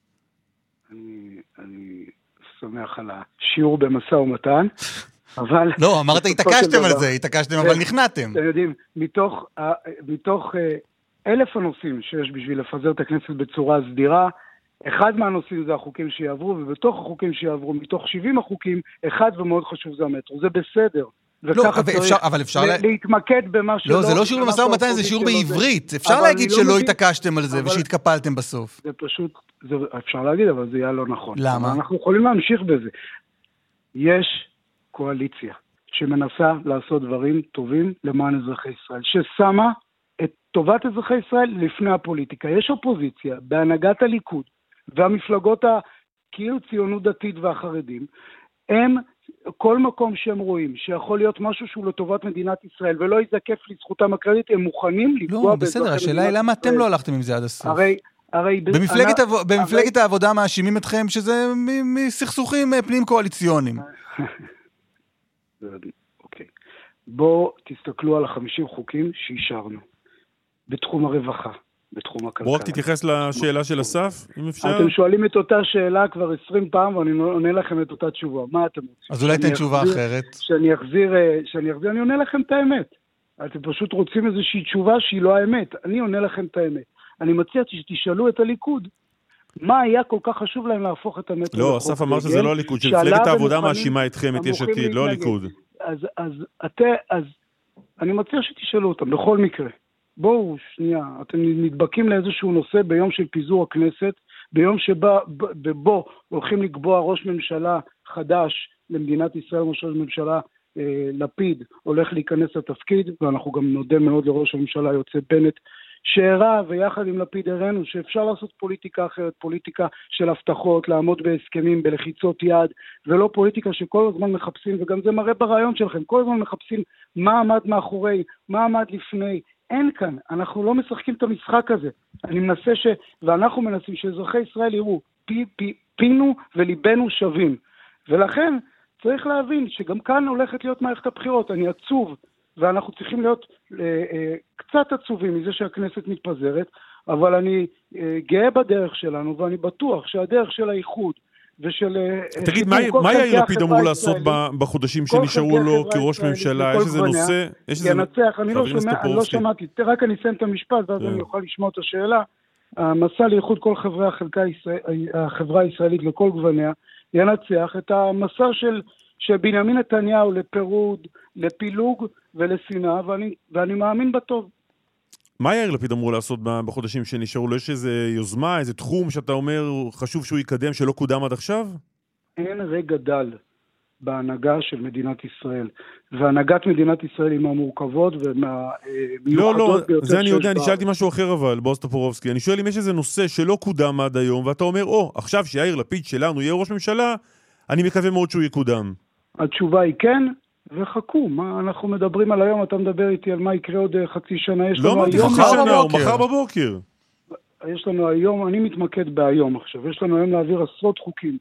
אני, אני שמח על השיעור במשא ומתן, אבל... לא, אמרת התעקשתם על זה, התעקשתם אבל נכנעתם. אתם יודעים, מתוך, מתוך אלף הנושאים שיש בשביל לפזר את הכנסת בצורה סדירה, אחד מהנושאים זה החוקים שיעברו, ובתוך החוקים שיעברו, מתוך שבעים החוקים, אחד ומאוד חשוב זה המטרו. זה בסדר. לא, אבל אפשר להתמקד במה שלא... לא, זה לא שיעור במשא ומתן, זה שיעור בעברית. אפשר להגיד שלא התעקשתם על זה ושהתקפלתם בסוף. זה פשוט, אפשר להגיד, אבל זה יהיה לא נכון. למה? אנחנו יכולים להמשיך בזה. יש קואליציה שמנסה לעשות דברים טובים למען אזרחי ישראל, ששמה את טובת אזרחי ישראל לפני הפוליטיקה. יש אופוזיציה בהנהגת הליכוד והמפלגות הכאילו ציונות דתית והחרדים, הם כל מקום שהם רואים שיכול להיות משהו שהוא לטובת מדינת ישראל ולא יזקף לזכותם הקרדיט, הם מוכנים לפגוע לא, בסדר, השאלה היא למה אתם לא הלכתם עם זה עד הסוף. הרי, הרי במפלגת, אני, עב... במפלגת הרי... העבודה מאשימים אתכם שזה מסכסוכים פנים קואליציוניים. אוקיי. בואו תסתכלו על החמישים חוקים שאישרנו בתחום הרווחה, בתחום הכלכלה. בואו רק תתייחס לשאלה של אסף, אם אפשר. אתם שואלים את אותה שאלה כבר עשרים פעם, ואני עונה לכם את אותה תשובה. מה אתם רוצים? אז אולי תן תשובה אחרת. שאני אחזיר, שאני אחזיר, אני עונה לכם את האמת. אתם פשוט רוצים איזושהי תשובה שהיא לא האמת. אני עונה לכם את האמת. אני מציע שתשאלו את הליכוד. מה היה כל כך חשוב להם להפוך את המטרו? לא, אסף אמר שזה לא הליכוד, שמפלגת העבודה מאשימה אתכם, את יש עתיד, לא הליכוד. אז, אז, אתם, אז, אני מציע שתשאלו אותם, בכל מקרה. בואו, שנייה, אתם נדבקים לאיזשהו נושא ביום של פיזור הכנסת, ביום שבא, בבו הולכים לקבוע ראש ממשלה חדש למדינת ישראל, ראש ממשלה אה, לפיד, הולך להיכנס לתפקיד, ואנחנו גם נודה מאוד לראש הממשלה יוצא בנט, שהראה ויחד עם לפיד הראינו שאפשר לעשות פוליטיקה אחרת, פוליטיקה של הבטחות, לעמוד בהסכמים, בלחיצות יד, ולא פוליטיקה שכל הזמן מחפשים, וגם זה מראה ברעיון שלכם, כל הזמן מחפשים מה עמד מאחורי, מה עמד לפני, אין כאן, אנחנו לא משחקים את המשחק הזה. אני מנסה ש... ואנחנו מנסים שאזרחי ישראל יראו, פי, פי, פינו וליבנו שווים. ולכן צריך להבין שגם כאן הולכת להיות מערכת הבחירות. אני עצוב, ואנחנו צריכים להיות אה, אה, קצת עצובים מזה שהכנסת מתפזרת, אבל אני אה, גאה בדרך שלנו, ואני בטוח שהדרך של האיחוד, ושל... תגיד, מה יאיר לפיד אמור לעשות בחודשים שנשארו לו כראש ממשלה? יש איזה נושא? ינצח, אני לא שמעתי, רק אני אסיים את המשפט, ואז אני אוכל לשמוע את השאלה. המסע לאיחוד כל חברי החברה הישראלית לכל גווניה, ינצח את המסע של בנימין נתניהו לפירוד, לפילוג ולשנאה, ואני מאמין בטוב. מה יאיר לפיד אמור לעשות בחודשים שנשארו לו? יש איזה יוזמה, איזה תחום שאתה אומר חשוב שהוא יקדם שלא קודם עד עכשיו? אין רגע דל בהנהגה של מדינת ישראל. והנהגת מדינת ישראל היא מהמורכבות ומהמיוחדות לא, לא, ביותר. זה אני יודע, אני שאלתי משהו אחר אבל, בועז טופורובסקי. אני שואל אם יש איזה נושא שלא קודם עד היום, ואתה אומר, או, עכשיו שיאיר לפיד שלנו יהיה ראש ממשלה, אני מקווה מאוד שהוא יקודם. התשובה היא כן. וחכו, מה אנחנו מדברים על היום, אתה מדבר איתי על מה יקרה עוד חצי שנה, יש לא לנו אמרתי היום... חצי שנה, או מחר בבוקר. יש לנו היום, אני מתמקד בהיום עכשיו, יש לנו היום להעביר עשרות חוקים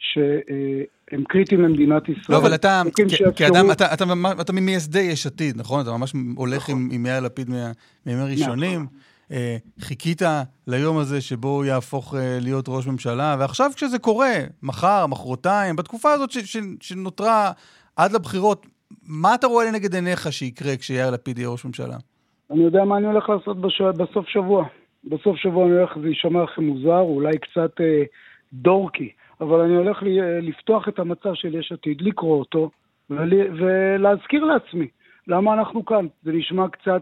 שהם קריטיים למדינת ישראל. לא, אבל אתה, כאדם, אתה, אתה, אתה ממייסדי יש עתיד, נכון? אתה ממש הולך עם יאיר לפיד מימי ראשונים. חיכית ליום הזה שבו הוא יהפוך להיות ראש ממשלה, ועכשיו כשזה קורה, מחר, מחרתיים, בתקופה הזאת שנותרה עד לבחירות, מה אתה רואה לנגד עיניך שיקרה כשיאיר לפיד יהיה ראש ממשלה? אני יודע מה אני הולך לעשות בסוף שבוע. בסוף שבוע אני הולך, זה יישמע לכם מוזר, אולי קצת דורקי, אבל אני הולך לפתוח את המצע של יש עתיד, לקרוא אותו, ולהזכיר לעצמי למה אנחנו כאן. זה נשמע קצת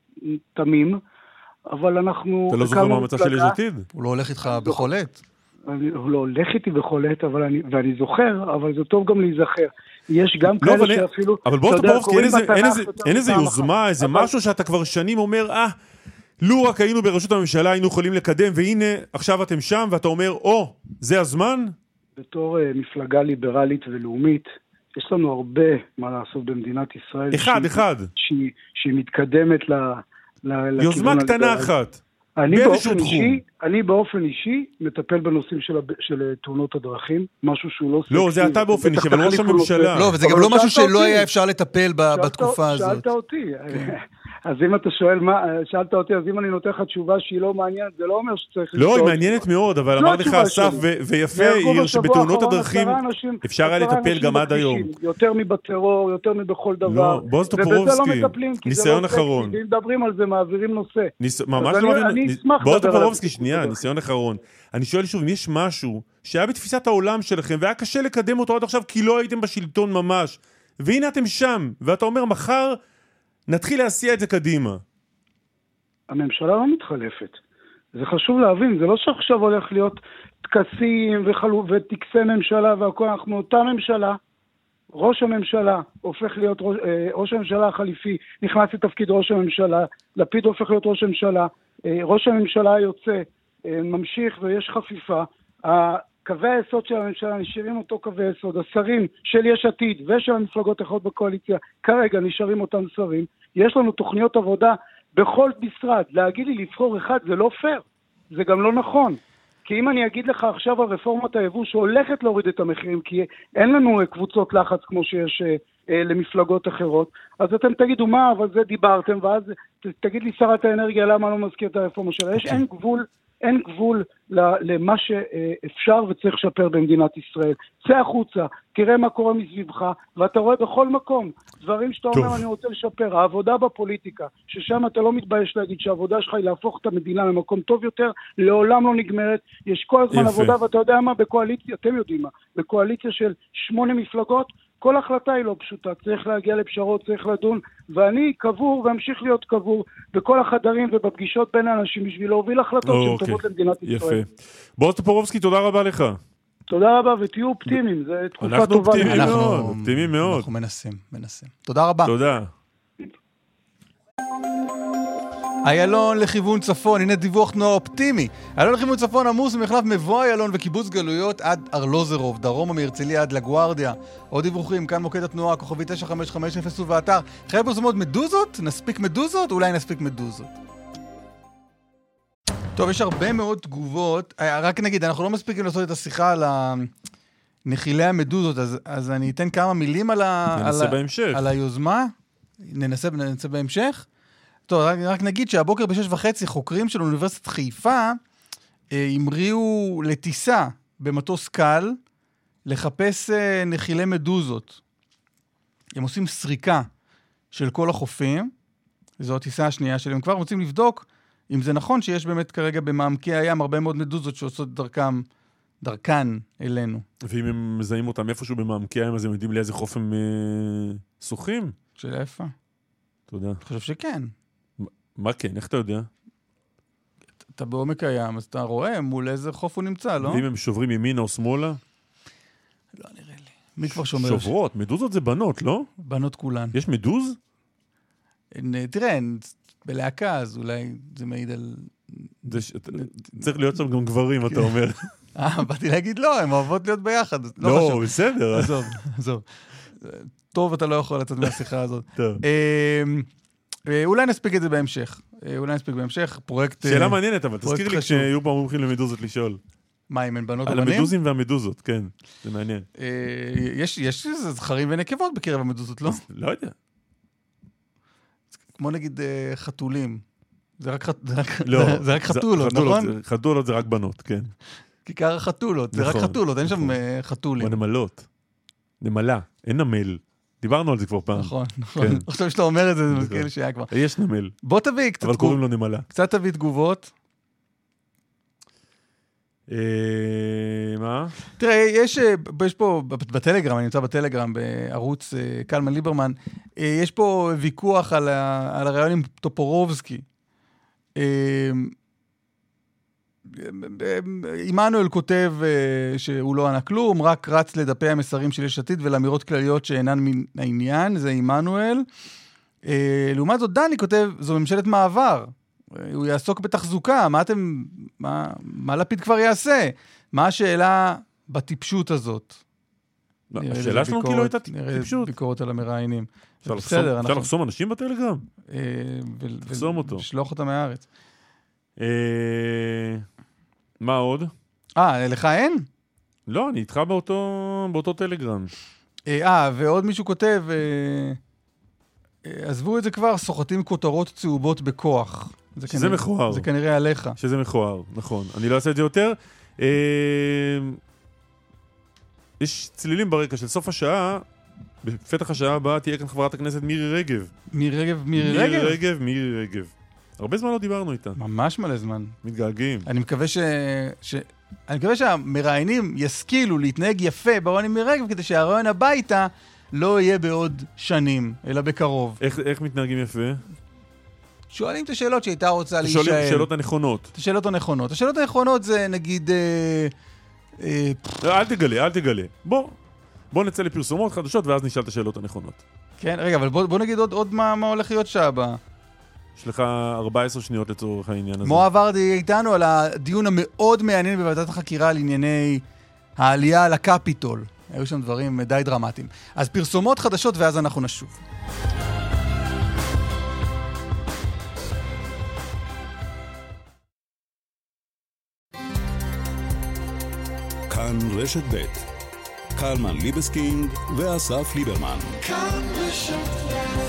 תמים, אבל אנחנו... אתה לא זוכר מה המצע של יש עתיד? הוא לא הולך איתך בכל עת? הוא לא הולך איתי בכל עת, ואני זוכר, אבל זה טוב גם להיזכר. יש גם כאלה שאפילו... אבל בוא תפורובסקי, אין איזה יוזמה, איזה משהו שאתה כבר שנים אומר, אה, לו רק היינו בראשות הממשלה, היינו יכולים לקדם, והנה, עכשיו אתם שם, ואתה אומר, או, זה הזמן? בתור מפלגה ליברלית ולאומית, יש לנו הרבה מה לעשות במדינת ישראל. אחד, אחד. שהיא מתקדמת ל... יוזמה קטנה אחת. אני באופן אישי, אני באופן אישי מטפל בנושאים של, של תאונות הדרכים, משהו שהוא לא... לא, זה אתה באופן אישי, אבל ראש הממשלה. לא, וזה גם לא משהו שלא היה אפשר לטפל בתקופה הזאת. שאלת אותי. אז אם אתה שואל מה, שאלת אותי, אז אם אני נותן לך תשובה שהיא לא מעניינת, זה לא אומר שצריך... לא, היא מעניינת מאוד, אבל אמר לך אסף ויפה, עיר שבתאונות הדרכים אפשר היה לטפל גם עד היום. יותר מבטרור, יותר מבכל דבר. בועז טופורובסקי, ניסיון אחרון. אם מדברים על זה, מעבירים נושא. ממש לא מעבירים... בועז טופורובסקי, שנייה, ניסיון אחרון. אני שואל שוב, אם יש משהו שהיה בתפיסת העולם שלכם, והיה קשה לקדם אותו עד עכשיו, כי לא הייתם בשלטון ממש, והנה אתם שם, ואתה אומר, מחר נתחיל להסיע את זה קדימה. הממשלה לא מתחלפת. זה חשוב להבין, זה לא שעכשיו הולך להיות תקסים וחלו, ותקסי ממשלה והכל, אנחנו אותה ממשלה, ראש הממשלה הופך להיות, ראש, ראש הממשלה החליפי נכנס לתפקיד ראש הממשלה, לפיד הופך להיות ראש הממשלה, ראש הממשלה היוצא ממשיך ויש חפיפה, קווי היסוד של הממשלה נשארים אותו קווי יסוד, השרים של יש עתיד ושל המפלגות האחרות בקואליציה כרגע נשארים אותם שרים, יש לנו תוכניות עבודה בכל משרד, להגיד לי לבחור אחד זה לא פייר, זה גם לא נכון, כי אם אני אגיד לך עכשיו על רפורמת היבוא שהולכת להוריד את המחירים, כי אין לנו קבוצות לחץ כמו שיש אה, למפלגות אחרות, אז אתם תגידו מה, אבל זה דיברתם, ואז תגיד לי שרת האנרגיה למה לא מזכיר את הרפורמה שלה, יש אין גבול, אין גבול למה שאפשר וצריך לשפר במדינת ישראל. צא החוצה, תראה מה קורה מסביבך, ואתה רואה בכל מקום דברים שאתה אומר אני רוצה לשפר. העבודה בפוליטיקה, ששם אתה לא מתבייש להגיד שהעבודה שלך היא להפוך את המדינה למקום טוב יותר, לעולם לא נגמרת. יש כל הזמן יפה. עבודה, ואתה יודע מה, בקואליציה, אתם יודעים מה, בקואליציה של שמונה מפלגות, כל החלטה היא לא פשוטה, צריך להגיע לפשרות, צריך לדון, ואני קבור ואמשיך להיות קבור בכל החדרים ובפגישות בין האנשים בשביל להוביל החלטות שהן טובות למדינת ישראל. יפה. בועז טופורובסקי, תודה רבה לך. תודה רבה, ותהיו אופטימיים, זו תקופה טובה. אנחנו אופטימיים מאוד. אנחנו מנסים, מנסים. תודה רבה. תודה. איילון לכיוון צפון, הנה דיווח תנועה אופטימי. איילון לכיוון צפון עמוס ממחלף מבוא איילון וקיבוץ גלויות עד ארלוזרוב, דרומה מהרצליה עד לגוארדיה. עוד דיווחים, כאן מוקד התנועה, כוכבי תשע חמש חמש אפס ובאתר. חייב פרסומות מדוזות? נספיק מדוזות? אולי נספיק מדוזות. טוב, יש הרבה מאוד תגובות. רק נגיד, אנחנו לא מספיקים לעשות את השיחה על נחילי המדוזות, אז, אז אני אתן כמה מילים על, ה, ננסה על, בהמשך. על היוזמה. ננסה, ננסה בהמשך. טוב, רק, רק נגיד שהבוקר בשש וחצי חוקרים של אוניברסיטת חיפה אה, המריאו לטיסה במטוס קל לחפש אה, נחילי מדוזות. הם עושים סריקה של כל החופים, וזו הטיסה השנייה שלהם. כבר רוצים לבדוק אם זה נכון שיש באמת כרגע במעמקי הים הרבה מאוד מדוזות שעושות דרכם, דרכן אלינו. ואם הם מזהים אותם איפשהו במעמקי הים, אז הם יודעים לאיזה חוף הם אה, שוחים? שאלה איפה. תודה. אני חושב שכן. מה כן? איך אתה יודע? אתה בעומק הים, אז אתה רואה מול איזה חוף הוא נמצא, לא? ואם הם שוברים ימינה או שמאלה? לא נראה לי. מי כבר שומר? שוברות, מדוזות זה בנות, לא? בנות כולן. יש מדוז? תראה, בלהקה, אז אולי זה מעיד על... צריך להיות שם גם גברים, אתה אומר. אה, באתי להגיד לא, הן אוהבות להיות ביחד. לא, בסדר. עזוב, עזוב. טוב, אתה לא יכול לצאת מהשיחה הזאת. טוב. אולי נספיק את זה בהמשך. אולי נספיק בהמשך, פרויקט... שאלה מעניינת, אבל תזכיר לי כשיהיו פה מומחים למדוזות לשאול. מה, אם הן בנות או בנים? בנים? על המדוזים והמדוזות, כן. זה מעניין. יש זכרים ונקבות בקרב המדוזות, לא? לא יודע. כמו נגיד חתולים. זה רק חתולות, נכון? חתולות זה רק בנות, כן. כיכר החתולות, זה רק חתולות, אין שם חתולים. או נמלות. נמלה, אין נמל. דיברנו על זה כבר פעם. נכון, נכון. עכשיו שאתה אומר את זה, זה מזכיר שהיה כבר. יש נמל. בוא תביא קצת... אבל קוראים לו נמלה. קצת תביא תגובות. מה? תראה, יש פה בטלגרם, אני נמצא בטלגרם, בערוץ קלמן ליברמן, יש פה ויכוח על הרעיון עם טופורובסקי. עמנואל כותב שהוא לא ענה כלום, רק רץ לדפי המסרים של יש עתיד ולאמירות כלליות שאינן מן העניין, זה עמנואל. לעומת זאת דני כותב, זו ממשלת מעבר, הוא יעסוק בתחזוקה, מה אתם, מה, מה לפיד כבר יעשה? מה השאלה בטיפשות הזאת? השאלה שלנו כאילו הייתה טיפשות. ביקורת על המראיינים. אפשר לחסום אנשים בטלגרם? לחסום אותו. ולשלוח אותם מהארץ. מה עוד? אה, לך אין? לא, אני איתך באותו טלגרם. אה, ועוד מישהו כותב, עזבו את זה כבר, סוחטים כותרות צהובות בכוח. שזה מכוער. זה כנראה עליך. שזה מכוער, נכון. אני לא אעשה את זה יותר. יש צלילים ברקע של סוף השעה, בפתח השעה הבאה תהיה כאן חברת הכנסת מירי רגב. מירי רגב, מירי רגב? מירי רגב, מירי רגב. הרבה זמן לא דיברנו איתה. ממש מלא זמן. מתגעגעים. אני מקווה ש... ש... אני מקווה שהמראיינים ישכילו להתנהג יפה ברעיון עם מירי רגב, כדי שהרעיון הביתה לא יהיה בעוד שנים, אלא בקרוב. איך, איך מתנהגים יפה? שואלים את השאלות שהייתה רוצה להישאל. שואלים את השאלות הנכונות. את השאלות הנכונות. השאלות הנכונות זה נגיד... אה, אה, אל תגלה, אל תגלה. בוא, בוא נצא לפרסומות חדשות ואז נשאל את השאלות הנכונות. כן, רגע, אבל בוא, בוא נגיד עוד, עוד מה, מה הולך להיות שעה הבאה. יש לך ארבע עשרה שניות לצורך העניין הזה. מואב ורדי איתנו על הדיון המאוד מעניין בוועדת החקירה על ענייני העלייה על הקפיטול. היו שם דברים די דרמטיים. אז פרסומות חדשות ואז אנחנו נשוב. כאן רשת ב' קלמן ליבסקינד ואסף ליברמן. כאן רשת ב'.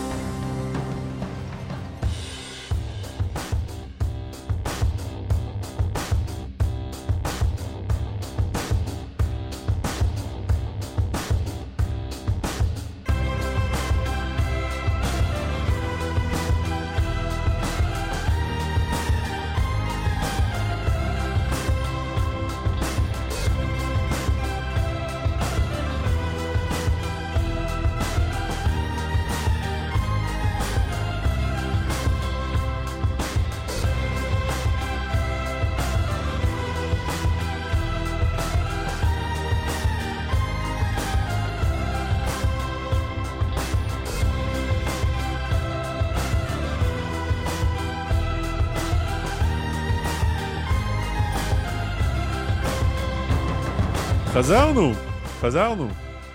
חזרנו, חזרנו.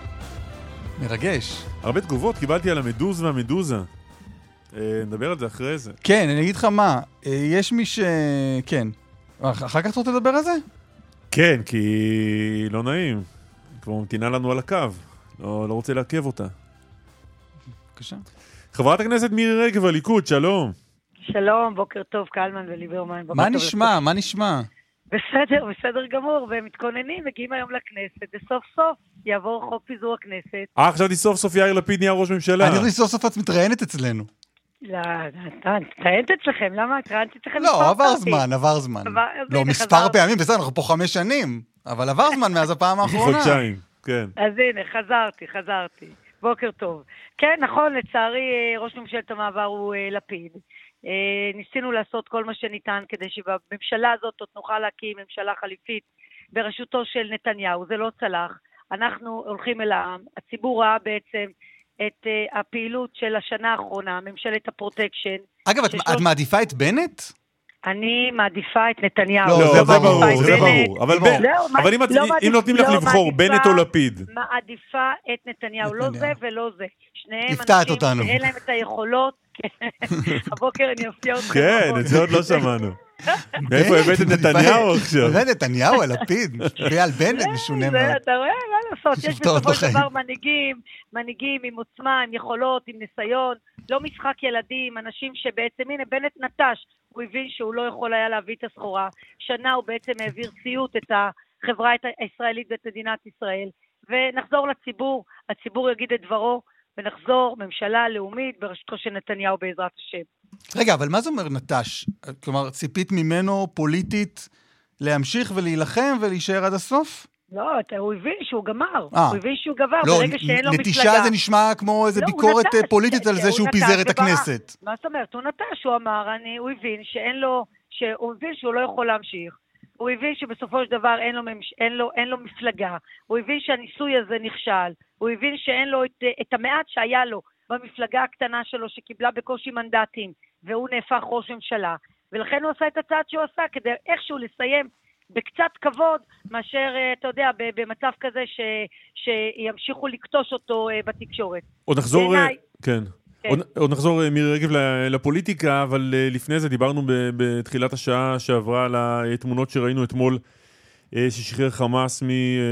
מרגש. הרבה תגובות קיבלתי על המדוז והמדוזה. אה, נדבר על זה אחרי זה. כן, אני אגיד לך מה, אה, יש מי ש... כן. אחר כך אתה רוצה לדבר על זה? כן, כי לא נעים. כבר ממתינה לנו על הקו. לא, לא רוצה לעכב אותה. בבקשה. חברת הכנסת מירי רגב, הליכוד, שלום. שלום, בוקר טוב, קלמן וליברמן. מה נשמע? מה נשמע? בסדר, בסדר גמור, והם מתכוננים, מגיעים היום לכנסת, וסוף סוף יעבור חוק פיזור הכנסת. אה, חשבתי סוף סוף יאיר לפיד נהיה ראש ממשלה. אני חושבי סוף סוף את מתראיינת אצלנו. לא, מתראיינת אצלכם, למה? התראיינתי אצלכם לא, עבר זמן, עבר זמן. לא, מספר פעמים, בסדר, אנחנו פה חמש שנים, אבל עבר זמן מאז הפעם האחרונה. חודשיים, כן. אז הנה, חזרתי, חזרתי. בוקר טוב. כן, נכון, לצערי, ראש ממשלת המעבר הוא לפיד. ניסינו לעשות כל מה שניתן כדי שבממשלה הזאת עוד נוכל להקים ממשלה חליפית בראשותו של נתניהו. זה לא צלח. אנחנו הולכים אל העם. הציבור ראה בעצם את uh, הפעילות של השנה האחרונה, ממשלת הפרוטקשן. אגב, ששלוש... את מעדיפה את בנט? אני מעדיפה את נתניהו. לא, זה ברור, זה ברור. אבל, ב... לא, אבל אם, לא אם נותנים לך לא לבחור, מעדיפה, בנט או לפיד? מעדיפה את נתניהו, נתניהו. לא זה ולא זה. שניהם אנשים שאין להם את היכולות. הבוקר אני אופיע אותך. כן, את זה עוד לא שמענו. מאיפה הבאת את נתניהו עכשיו? הבאת נתניהו, הלפיד, ועל בנט משונה מאוד. אתה רואה, מה לעשות? יש בסופו של דבר מנהיגים, מנהיגים עם עוצמה, עם יכולות, עם ניסיון, לא משחק ילדים, אנשים שבעצם, הנה, בנט נטש, הוא הבין שהוא לא יכול היה להביא את הסחורה, שנה הוא בעצם העביר ציות את החברה הישראלית ואת מדינת ישראל, ונחזור לציבור, הציבור יגיד את דברו, ונחזור ממשלה לאומית בראשותו של נתניהו בעזרת השם. רגע, אבל מה זה אומר נטש? כלומר, ציפית ממנו פוליטית להמשיך ולהילחם ולהישאר עד הסוף? לא, הוא הבין שהוא גמר. 아, הוא הבין שהוא גבר לא, ברגע שאין לו מפלגה. נטישה זה נשמע כמו איזו לא, ביקורת נטש, פוליטית על זה שהוא פיזר את הכנסת. מה זאת אומרת? הוא נטש, הוא אמר, אני, הוא הבין שאין לו, שהוא הבין שהוא לא יכול להמשיך. הוא הבין שבסופו של דבר אין לו, אין לו, אין לו מפלגה. הוא הבין שהניסוי הזה נכשל. הוא הבין שאין לו את, את המעט שהיה לו במפלגה הקטנה שלו שקיבלה בקושי מנדטים, והוא נהפך ראש ממשלה. ולכן הוא עשה את הצעד שהוא עשה כדי איכשהו לסיים בקצת כבוד, מאשר, אתה יודע, במצב כזה ש, שימשיכו לקטוש אותו בתקשורת. עוד נחזור, בעיני, כן. כן. עוד, עוד נחזור מירי רגב לפוליטיקה, אבל לפני זה דיברנו בתחילת השעה שעברה על התמונות שראינו אתמול, ששחרר חמאס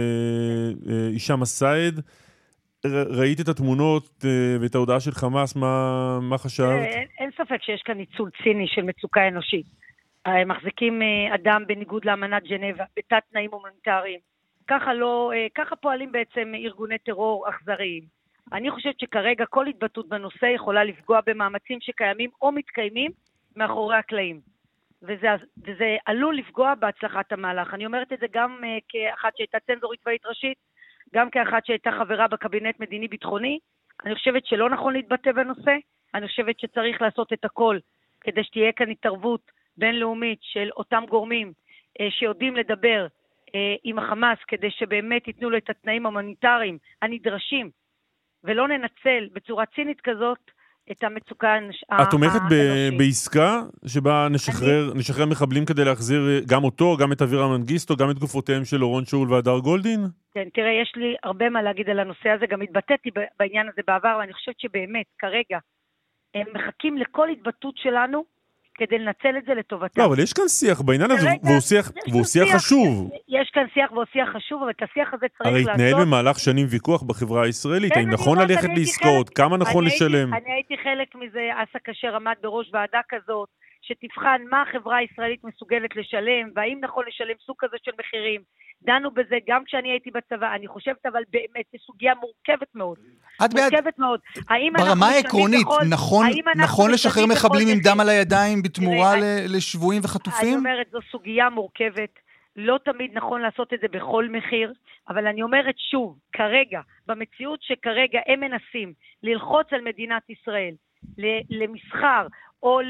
מאישם א-סייד. ראית את התמונות ואת ההודעה של חמאס, מה, מה חשבת? אין, אין ספק שיש כאן ניצול ציני של מצוקה אנושית. הם מחזיקים אדם בניגוד לאמנת ג'נבה, בתת תנאים הומניטריים. ככה לא, ככה פועלים בעצם ארגוני טרור אכזריים. אני חושבת שכרגע כל התבטאות בנושא יכולה לפגוע במאמצים שקיימים או מתקיימים מאחורי הקלעים. וזה, וזה עלול לפגוע בהצלחת המהלך. אני אומרת את זה גם כאחת שהייתה צנזורית צבאית ראשית, גם כאחת שהייתה חברה בקבינט מדיני ביטחוני. אני חושבת שלא נכון להתבטא בנושא. אני חושבת שצריך לעשות את הכל כדי שתהיה כאן התערבות בינלאומית של אותם גורמים אה, שיודעים לדבר אה, עם החמאס כדי שבאמת ייתנו לו את התנאים ההומניטריים הנדרשים, ולא ננצל בצורה צינית כזאת את המצוקה האנושית. את תומכת ב- בעסקה שבה נשחרר, אני... נשחרר מחבלים כדי להחזיר גם אותו, גם את אבירם מנגיסטו, גם את גופותיהם של אורון שאול והדר גולדין? כן, תראה, יש לי הרבה מה להגיד על הנושא הזה, גם התבטאתי בעניין הזה בעבר, ואני חושבת שבאמת, כרגע, הם מחכים לכל התבטאות שלנו, כדי לנצל את זה לטובתם. לא, אבל יש כאן שיח בעניין הזה, והוא שיח, והוא שיח חשוב. יש כאן שיח והוא שיח חשוב, אבל את השיח הזה צריך לעשות. הרי התנהל במהלך שנים ויכוח בחברה הישראלית, האם נכון ללכת לעסקאות, כמה נכון לשלם? אני הייתי חלק מזה, אסא כאשר עמד בראש ועדה כזאת, שתבחן מה החברה הישראלית מסוגלת לשלם, והאם נכון לשלם סוג כזה של מחירים. דנו בזה גם כשאני הייתי בצבא, אני חושבת אבל באמת, זו סוגיה מורכבת מאוד. מורכבת מאוד. ברמה העקרונית, נכון לשחרר מחבלים עם דם על הידיים בתמורה לשבויים וחטופים? אני אומרת, זו סוגיה מורכבת. לא תמיד נכון לעשות את זה בכל מחיר, אבל אני אומרת שוב, כרגע, במציאות שכרגע הם מנסים ללחוץ על מדינת ישראל, למסחר, או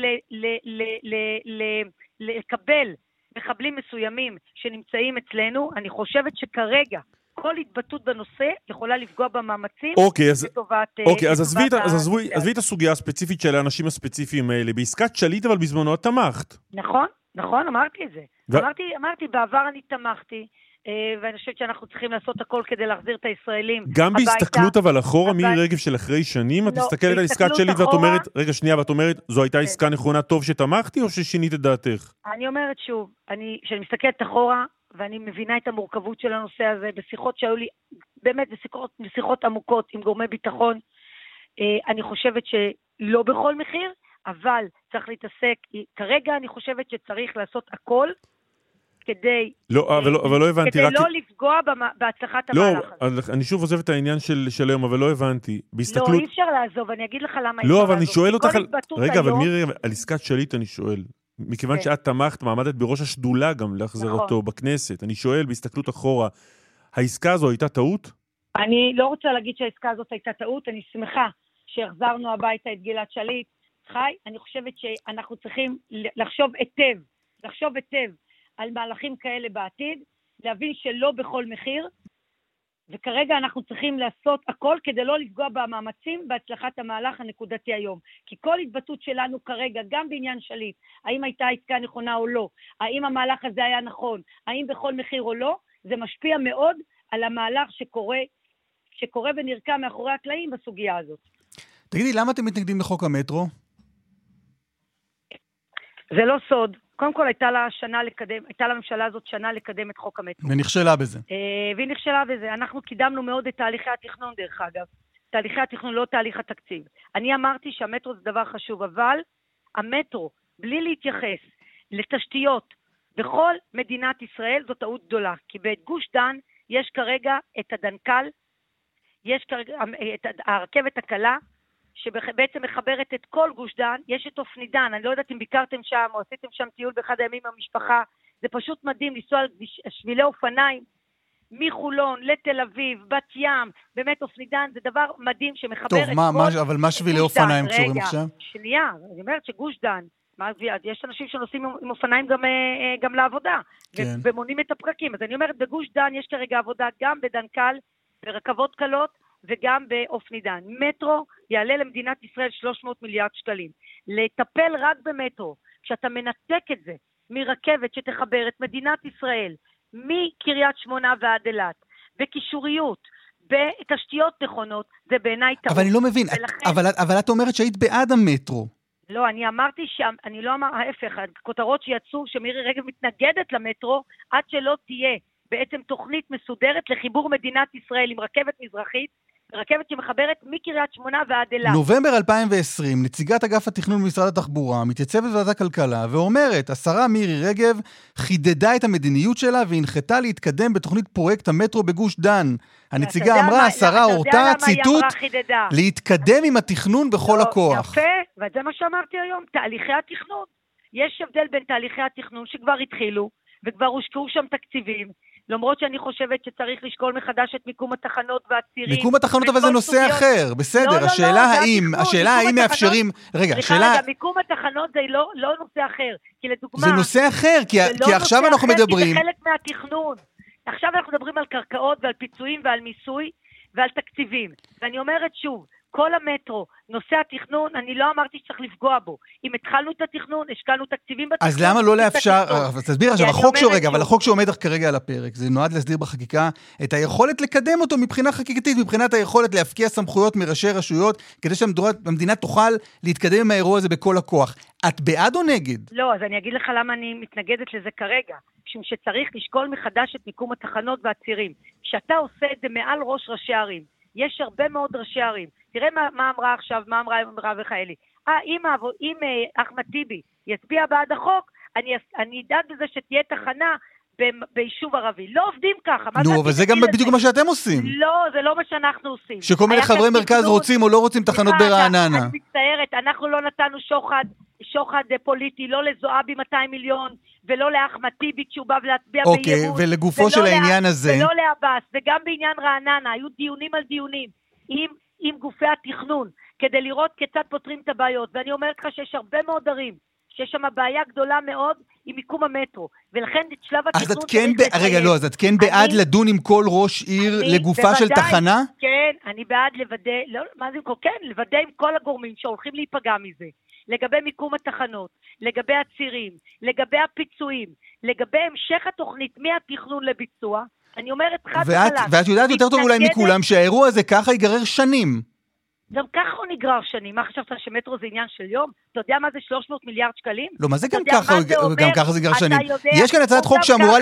לקבל מחבלים מסוימים שנמצאים אצלנו, אני חושבת שכרגע כל התבטאות בנושא יכולה לפגוע במאמצים לטובת... אוקיי, אז עזבי את הסוגיה הספציפית של האנשים הספציפיים האלה. בעסקת שליט, אבל בזמנו את תמכת. נכון, נכון, אמרתי את זה. אמרתי, בעבר אני תמכתי, ואני חושבת שאנחנו צריכים לעשות הכל כדי להחזיר את הישראלים. גם בהסתכלות אבל אחורה, מירי רגב של אחרי שנים, את מסתכלת על עסקת שליט ואת אומרת, רגע שנייה, ואת אומרת, זו הייתה עסקה נכונה, טוב שתמכתי, או ששינית את דעתך? אני אומרת שוב, שאני מסתכלת אחורה, ואני מבינה את המורכבות של הנושא הזה, בשיחות שהיו לי, באמת בשיחות, בשיחות עמוקות עם גורמי ביטחון, אני חושבת שלא בכל מחיר, אבל צריך להתעסק, כרגע אני חושבת שצריך לעשות הכל, כדי לא, אבל לא, אבל לא הבנתי, כדי לא לפגוע בהצלחת המהלך הזה. לא, אני שוב עוזב את העניין של היום, אבל לא הבנתי. לא, אי אפשר לעזוב, אני אגיד לך למה. לא, אבל אני שואל אותך, רגע, אבל מירי, על עסקת שליט אני שואל. מכיוון שאת תמכת, מעמדת בראש השדולה גם להחזרתו בכנסת. אני שואל, בהסתכלות אחורה, העסקה הזו הייתה טעות? אני לא רוצה להגיד שהעסקה הזאת הייתה טעות, אני שמחה שהחזרנו הביתה את גלעד שליט. חי, אני חושבת שאנחנו צריכים לחשוב היטב, לחשוב היטב על מהלכים כאלה בעתיד, להבין שלא בכל מחיר, וכרגע אנחנו צריכים לעשות הכל כדי לא לפגוע במאמצים בהצלחת המהלך הנקודתי היום. כי כל התבטאות שלנו כרגע, גם בעניין שליט, האם הייתה עסקה נכונה או לא, האם המהלך הזה היה נכון, האם בכל מחיר או לא, זה משפיע מאוד על המהלך שקורה, שקורה ונרקע מאחורי הקלעים בסוגיה הזאת. תגידי, למה אתם מתנגדים לחוק המטרו? זה לא סוד. קודם כל הייתה לה שנה לקדם, הייתה לממשלה הזאת שנה לקדם את חוק המטרו. ונכשלה בזה. והיא נכשלה בזה. אנחנו קידמנו מאוד את תהליכי התכנון דרך אגב. תהליכי התכנון, לא תהליך התקציב. אני אמרתי שהמטרו זה דבר חשוב, אבל המטרו, בלי להתייחס לתשתיות בכל מדינת ישראל, זו טעות גדולה. כי בגוש דן יש כרגע את הדנקל, יש כרגע את הרכבת הקלה, שבעצם מחברת את כל גוש דן, יש את אופנידן, אני לא יודעת אם ביקרתם שם או עשיתם שם טיול באחד הימים במשפחה, זה פשוט מדהים לנסוע על שבילי אופניים, מחולון לתל אביב, בת ים, באמת אופנידן, זה דבר מדהים שמחבר טוב, את מה, כל... מה, אבל מה שבילי אופניים קשורים עכשיו? רגע, שנייה, אני אומרת שגוש דן, מה, יש אנשים שנוסעים עם אופניים גם, גם לעבודה, כן. ומונים את הפרקים, אז אני אומרת, בגוש דן יש כרגע עבודה גם בדנקל, ברכבות קלות, וגם באופנידן. מטרו יעלה למדינת ישראל שלוש מאות מיליארד שקלים. לטפל רק במטרו, כשאתה מנתק את זה מרכבת שתחבר את מדינת ישראל, מקריית שמונה ועד אילת, בקישוריות, בתשתיות נכונות, זה בעיניי טעות. אבל אני לא מבין, ולכן... אבל, אבל את אומרת שהיית בעד המטרו. לא, אני אמרתי שאני לא אמר, ההפך, הכותרות שיצאו שמירי רגב מתנגדת למטרו, עד שלא תהיה בעצם תוכנית מסודרת לחיבור מדינת ישראל עם רכבת מזרחית, רכבת שמחברת מקריית שמונה ועד אילת. נובמבר אלפיים ועשרים, נציגת אגף התכנון במשרד התחבורה, מתייצבת בוועדת הכלכלה, ואומרת, השרה מירי רגב חידדה את המדיניות שלה, והנחתה להתקדם בתוכנית פרויקט המטרו בגוש דן. הנציגה אמרה, השרה הורתה, ציטוט, להתקדם עם התכנון בכל הכוח. יפה, וזה מה שאמרתי היום, תהליכי התכנון. יש הבדל בין תהליכי התכנון שכבר התחילו, וכבר הושקעו שם תקציבים, למרות שאני חושבת שצריך לשקול מחדש את מיקום התחנות והצירים. מיקום התחנות אבל זה נושא אחר, בסדר, השאלה האם, השאלה האם מאפשרים, רגע, השאלה... רגע, מיקום התחנות זה לא נושא אחר, כי לדוגמה... זה נושא אחר, כי עכשיו אנחנו מדברים... כי זה חלק מהתכנון. עכשיו אנחנו מדברים על קרקעות ועל פיצויים ועל מיסוי ועל תקציבים. ואני אומרת שוב, כל המטרו, נושא התכנון, אני לא אמרתי שצריך לפגוע בו. אם התחלנו את התכנון, השקענו תקציבים בתכנון. אז למה לא לאפשר, תסביר עכשיו, החוק שרגע, אבל החוק שעומד כרגע על הפרק, זה נועד להסדיר בחקיקה את היכולת לקדם אותו מבחינה חקיקתית, מבחינת היכולת להפקיע סמכויות מראשי רשויות, כדי שהמדינה תוכל להתקדם עם האירוע הזה בכל הכוח. את בעד או נגד? לא, אז אני אגיד לך למה אני מתנגדת לזה כרגע. משום שצריך לשקול מחדש את מיקום התחנות והצירים. כשאתה עושה את זה מעל ראש ראשי ערים, יש הרבה מאוד ראשי ערים. תראה מה, מה אמרה עכשיו, מה אמרה מרב מיכאלי. אה, אם, אם אה, אחמד טיבי יצביע בעד החוק, אני, אני אדאג לזה שתהיה תחנה ב- ביישוב ערבי. לא עובדים ככה. נו, אבל זה גם בדיוק מה שאתם עושים. לא, זה לא מה שאנחנו עושים. שכל מיני חברי מרכז רוצים או לא רוצים תחנות ברעננה. אני מצטערת, אנחנו לא נתנו שוחד, שוחד פוליטי, לא לזועבי מאתיים מיליון, ולא לאחמד טיבי כשהוא בא להצביע באימון. אוקיי, ולגופו של העניין הזה. ולא לאבס, וגם בעניין רעננה, היו דיונים על דיונים עם, עם גופי התכנון, כדי לראות כיצד פותרים את הבעיות. ואני אומרת לך שיש הרבה מאוד ערים, שיש שם בעיה גדולה מאוד עם מיקום המטרו, ולכן את שלב התכנון... אז את כן, ב... רגע, לא, אז את כן בעד לדון עם כל ראש עיר לגופה של תחנה? כן, אני בעד לוודא, לא, מה זה כל, כן, לוודא עם כל הגורמים שהולכים להיפגע מזה, לגבי מיקום התחנות, לגבי הצירים, לגבי הפיצויים, לגבי המשך התוכנית מהתכנון לביצוע, אני אומרת חד וחלק. ואת יודעת יותר טוב אולי מכולם שהאירוע הזה ככה ייגרר שנים. גם ככה הוא נגרר שנים. מה חשבת שמטרו זה עניין של יום? אתה יודע מה זה שלוש מאות מיליארד שקלים? לא, מה זה גם ככה, גם ככה זה ייגרר שנים? יש כאן הצעת חוק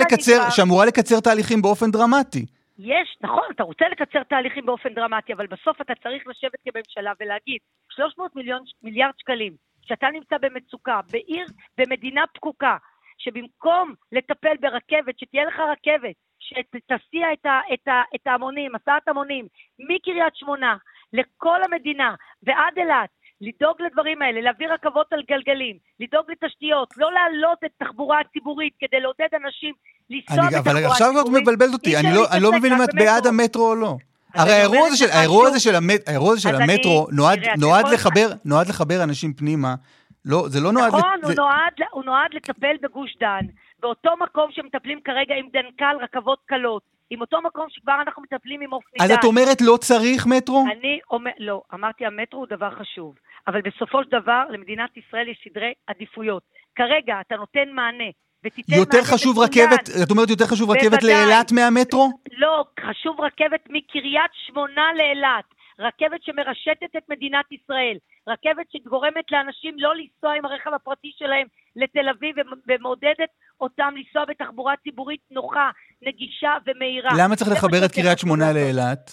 שאמורה לקצר תהליכים באופן דרמטי. יש, נכון, אתה רוצה לקצר תהליכים באופן דרמטי, אבל בסוף אתה צריך לשבת כממשלה ולהגיד, שלוש מאות מיליארד שקלים, שאתה נמצא במצוקה, בעיר, במדינה פקוקה, שבמקום לטפל ברכבת, שתהיה לך רכבת, שתסיע את, ה, את, ה, את ההמונים, הסעת המונים, מקריית שמונה, לכל המדינה, ועד אילת, לדאוג לדברים האלה, להביא רכבות על גלגלים, לדאוג לתשתיות, לא להעלות את תחבורה הציבורית, כדי לעודד אנשים לנסוע בתחבורה ציבורית. אבל עכשיו את מבלבלת אותי, אני לא, אני לא מבין אם את בעד המטרו או לא. הרי האירוע הזה של, האירוע הזה של המט, האירוע הזה של המטרו נועד, נועד לחבר, נועד לחבר אנשים פנימה. לא, זה לא נועד... נכון, הוא נועד, הוא נועד לטפל בגוש דן, באותו מקום שמטפלים כרגע עם דנקל רכבות קלות, עם אותו מקום שכבר אנחנו מטפלים עם אופנידן. אז את אומרת לא צריך מטרו? אני אומר, לא, אמרתי המטרו הוא דבר חשוב, אבל בסופו של דבר למדינת ישראל יש סדרי עדיפויות. כרגע אתה נותן מענה, ותיתן מענה... יותר חשוב רכבת, את אומרת יותר חשוב רכבת לאילת מהמטרו? לא, חשוב רכבת מקריית שמונה לאילת, רכבת שמרשתת את מדינת ישראל, רכבת שגורמת לאנשים לא לנסוע עם הרכב הפרטי שלהם לתל אביב, ומעודדת אותם לנסוע בתחבורה ציבורית נוחה, נגישה ומהירה. למה צריך לחבר את קריית שמונה לאילת?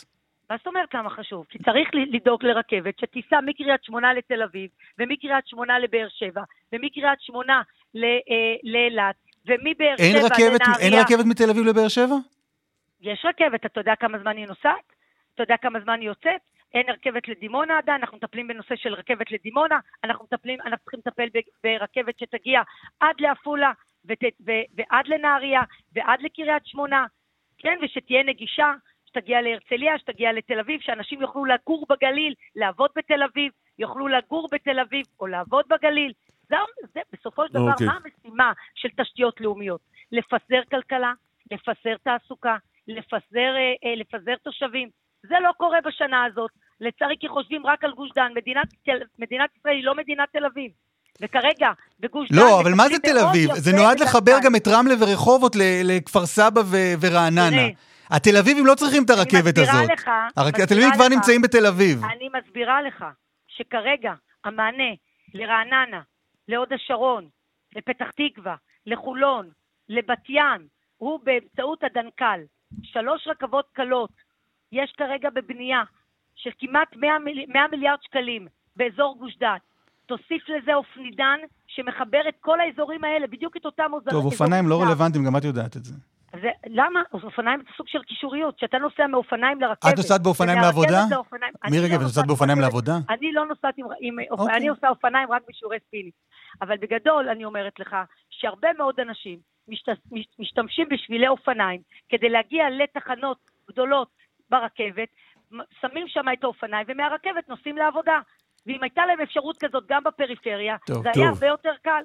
מה זאת אומרת למה חשוב? כי צריך לדאוג לרכבת שתיסע מקריית שמונה לתל אביב, ומקריית שמונה לבאר שבע, ומקריית שמונה לאילת, ומבאר שבע לנהריה. אין רכבת מתל אביב לבאר שבע? יש רכבת, אתה יודע כמה זמן היא נוסעת? אתה יודע כמה זמן היא יוצאת? אין רכבת לדימונה עדיין, אנחנו מטפלים בנושא של רכבת לדימונה, אנחנו מטפלים, אנחנו צריכים לטפל ברכבת שתגיע עד לעפולה, ועד לנהריה, ועד לקריית שמונה, כן, ושתהיה נגישה, שתגיע להרצליה, שתגיע לתל אביב, שאנשים יוכלו לגור בגליל, לעבוד בתל אביב, יוכלו לגור בתל אביב, או לעבוד בגליל. זה, זה בסופו של דבר, okay. מה המשימה של תשתיות לאומיות? לפזר כלכלה, לפזר תעסוקה, לפזר, אה, לפזר תושבים. זה לא קורה בשנה הזאת. לצערי, כי חושבים רק על גוש דן. מדינת, מדינת ישראל היא לא מדינת תל אביב. וכרגע, בגוש דן... לא, אבל מה זה תל אביב? זה נועד לחבר גם את רמלה ורחובות לכפר סבא ורעננה. התל אביבים לא צריכים את הרכבת הזאת. התל אביבים כבר נמצאים בתל אביב. אני מסבירה לך שכרגע המענה לרעננה, להוד השרון, לפתח תקווה, לחולון, לבת ים, הוא באמצעות הדנקל. שלוש רכבות קלות יש כרגע בבנייה של כמעט מאה מיליארד שקלים באזור גוש דן. תוסיף לזה אופנידן שמחבר את כל האזורים האלה, בדיוק את אותם אזורים. טוב, אופניים לא רלוונטיים, גם את יודעת את זה. זה, למה? אופניים זה סוג של קישוריות, שאתה נוסע מאופניים לרכבת. את נוסעת באופניים לעבודה? מי רגע, את נוסעת באופניים לעבודה? אני לא נוסעת עם, עם אופניים, אני עושה אופניים רק בשיעורי ספינים. אבל בגדול אני אומרת לך, שהרבה מאוד אנשים משתמשים בשבילי אופניים, כדי להגיע לתחנות גדולות ברכבת, שמים שם את האופניים, ומהרכבת נוסעים לעבודה. ואם הייתה להם אפשרות כזאת גם בפריפריה, טוב, זה טוב. היה הרבה יותר קל.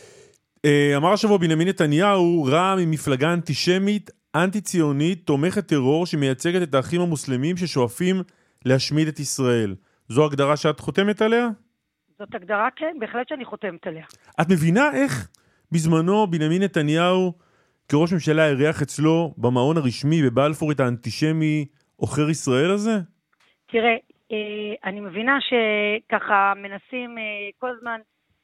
אמר השבוע בנימין נתניהו, רע ממפלגה אנטישמית, אנטי-ציונית, תומכת טרור, שמייצגת את האחים המוסלמים ששואפים להשמיד את ישראל. זו הגדרה שאת חותמת עליה? זאת הגדרה, כן, בהחלט שאני חותמת עליה. את מבינה איך בזמנו בנימין נתניהו, כראש ממשלה, הריח אצלו במעון הרשמי בבלפור את האנטישמי עוכר ישראל הזה? תראה, אני מבינה שככה מנסים כל הזמן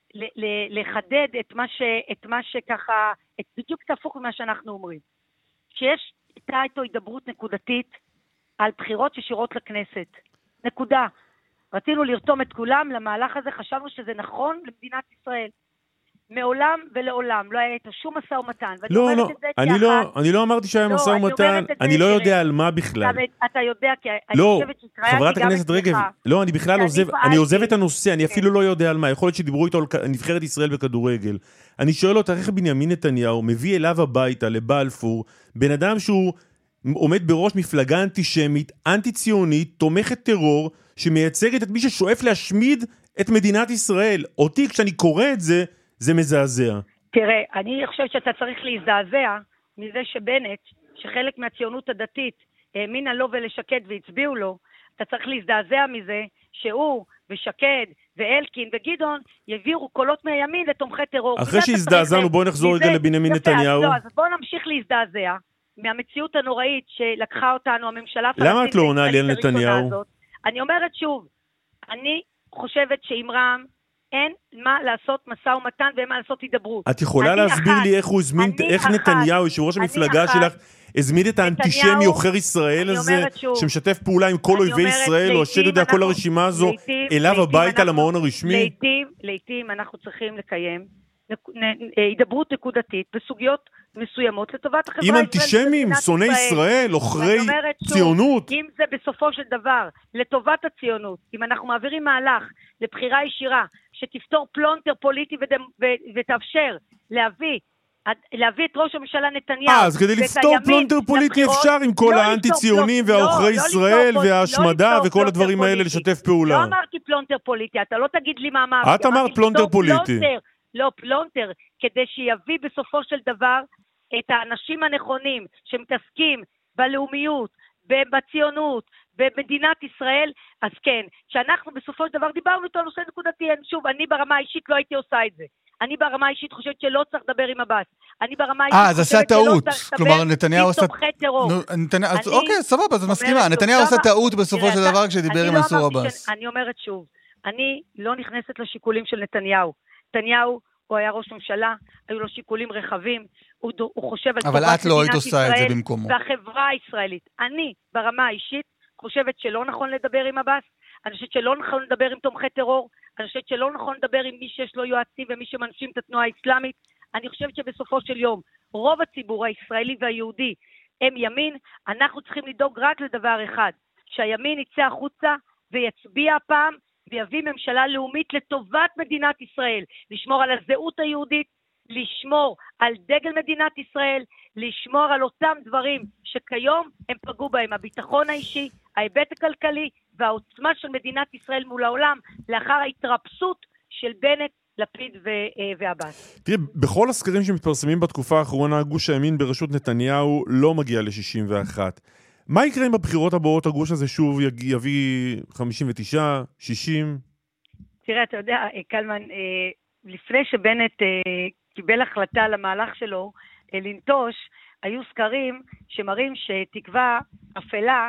לחדד את מה ש, את מה שככה, את בדיוק תהפוך ממה שאנחנו אומרים. שיש איתה איתו הידברות נקודתית על בחירות ישירות לכנסת. נקודה. רצינו לרתום את כולם למהלך הזה, חשבנו שזה נכון למדינת ישראל. מעולם ולעולם לא היה איתו שום משא ומתן. לא, לא, אני לא, אני לא אמרתי שהיה משא ומתן, אני לא יודע על מה בכלל. אתה יודע, כי אני לא, חברת הכנסת רגב, לא, אני בכלל עוזב, אני עוזב את הנושא, אני אפילו לא יודע על מה, יכול להיות שדיברו איתו על נבחרת ישראל בכדורגל. אני שואל אותה, איך בנימין נתניהו מביא אליו הביתה, לבלפור, בן אדם שהוא עומד בראש מפלגה אנטישמית, אנטי-ציונית, תומכת טרור, שמייצגת את מי ששואף להשמיד את מדינת ישראל. אותי, כשאני קורא את זה, זה מזעזע. תראה, אני חושבת שאתה צריך להזדעזע מזה שבנט, שחלק מהציונות הדתית האמינה לו ולשקד והצביעו לו, אתה צריך להזדעזע מזה שהוא ושקד ואלקין וגדעון יביאו קולות מהימין לתומכי טרור. אחרי שהזדעזענו, בואו נחזור רגע לבנימין נתניהו. לא, אז בואו נמשיך להזדעזע מהמציאות הנוראית שלקחה אותנו הממשלה הפלסטינית. למה את לא עונה לי על נתניהו? אני אומרת שוב, אני חושבת שעם רע"מ אין מה לעשות משא ומתן ואין מה לעשות הידברות. את יכולה להסביר לי איך הוא הזמין, איך נתניהו, יושב ראש המפלגה שלך, הזמין את האנטישמי עוכר ישראל הזה, שמשתף פעולה עם כל אויבי ישראל, או השד יודע כל הרשימה הזו, אליו הביתה למעון הרשמי? לעתים, לעתים אנחנו צריכים לקיים הידברות נקודתית בסוגיות מסוימות לטובת החברה הישראלית. עם אנטישמים, שונאי ישראל, עוכרי ציונות. אם זה בסופו של דבר לטובת הציונות, אם אנחנו מעבירים מהלך לבחירה ישירה, שתפתור פלונטר פוליטי ותאפשר להביא להביא את ראש הממשלה נתניהו. אה, אז כדי לפתור פלונטר פוליטי אפשר עם כל האנטי-ציונים והעוכרי ישראל וההשמדה וכל הדברים האלה לשתף פעולה. לא אמרתי פלונטר פוליטי, אתה לא תגיד לי מה אמרתי. את אמרת פלונטר פוליטי. לא, פלונטר, כדי שיביא בסופו של דבר את האנשים הנכונים שמתעסקים בלאומיות, בציונות, במדינת ישראל, אז כן, שאנחנו בסופו של דבר דיברנו איתו על נושא נקודתי, שוב, אני ברמה האישית לא הייתי עושה את זה. אני ברמה האישית חושבת שלא צריך לדבר עם הבאס. אני ברמה האישית חושבת שלא צריך לדבר עם תומכי טרור. אוקיי, סבבה, אז מסכימה. נתניהו עושה טעות בסופו של דבר כשדיבר עם מנסור עבאס. אני אומרת שוב, אני לא נכנסת לשיקולים של נתניהו. נתניהו, הוא היה ראש ממשלה, היו לו שיקולים רחבים, הוא, הוא חושב על טובת מדינת ישראל, אבל את לא היית עושה את זה במקומו. והחברה הישראלית. אני, ברמה האישית, חושבת שלא נכון לדבר עם הבאס, אני חושבת שלא נכון לדבר עם תומכי טרור, אני חושבת שלא נכון לדבר עם מי שיש לו יועצים ומי שמנשים את התנועה האסלאמית, אני חושבת שבסופו של יום, רוב הציבור הישראלי והיהודי הם ימין, אנחנו צריכים לדאוג רק לדבר אחד, שהימין יצא החוצה ויצביע הפעם, ויביא ממשלה לאומית לטובת מדינת ישראל, לשמור על הזהות היהודית, לשמור על דגל מדינת ישראל, לשמור על אותם דברים שכיום הם פגעו בהם, הביטחון האישי, ההיבט הכלכלי והעוצמה של מדינת ישראל מול העולם, לאחר ההתרפסות של בנט, לפיד ועבאס. תראי, בכל הסקרים שמתפרסמים בתקופה האחרונה, גוש הימין בראשות נתניהו לא מגיע ל-שישים ואחת. מה יקרה אם בבחירות הבאות הגוש הזה שוב יביא חמישים ותשע, שישים? תראה, אתה יודע, קלמן, לפני שבנט קיבל החלטה על המהלך שלו לנטוש, היו סקרים שמראים שתקווה אפלה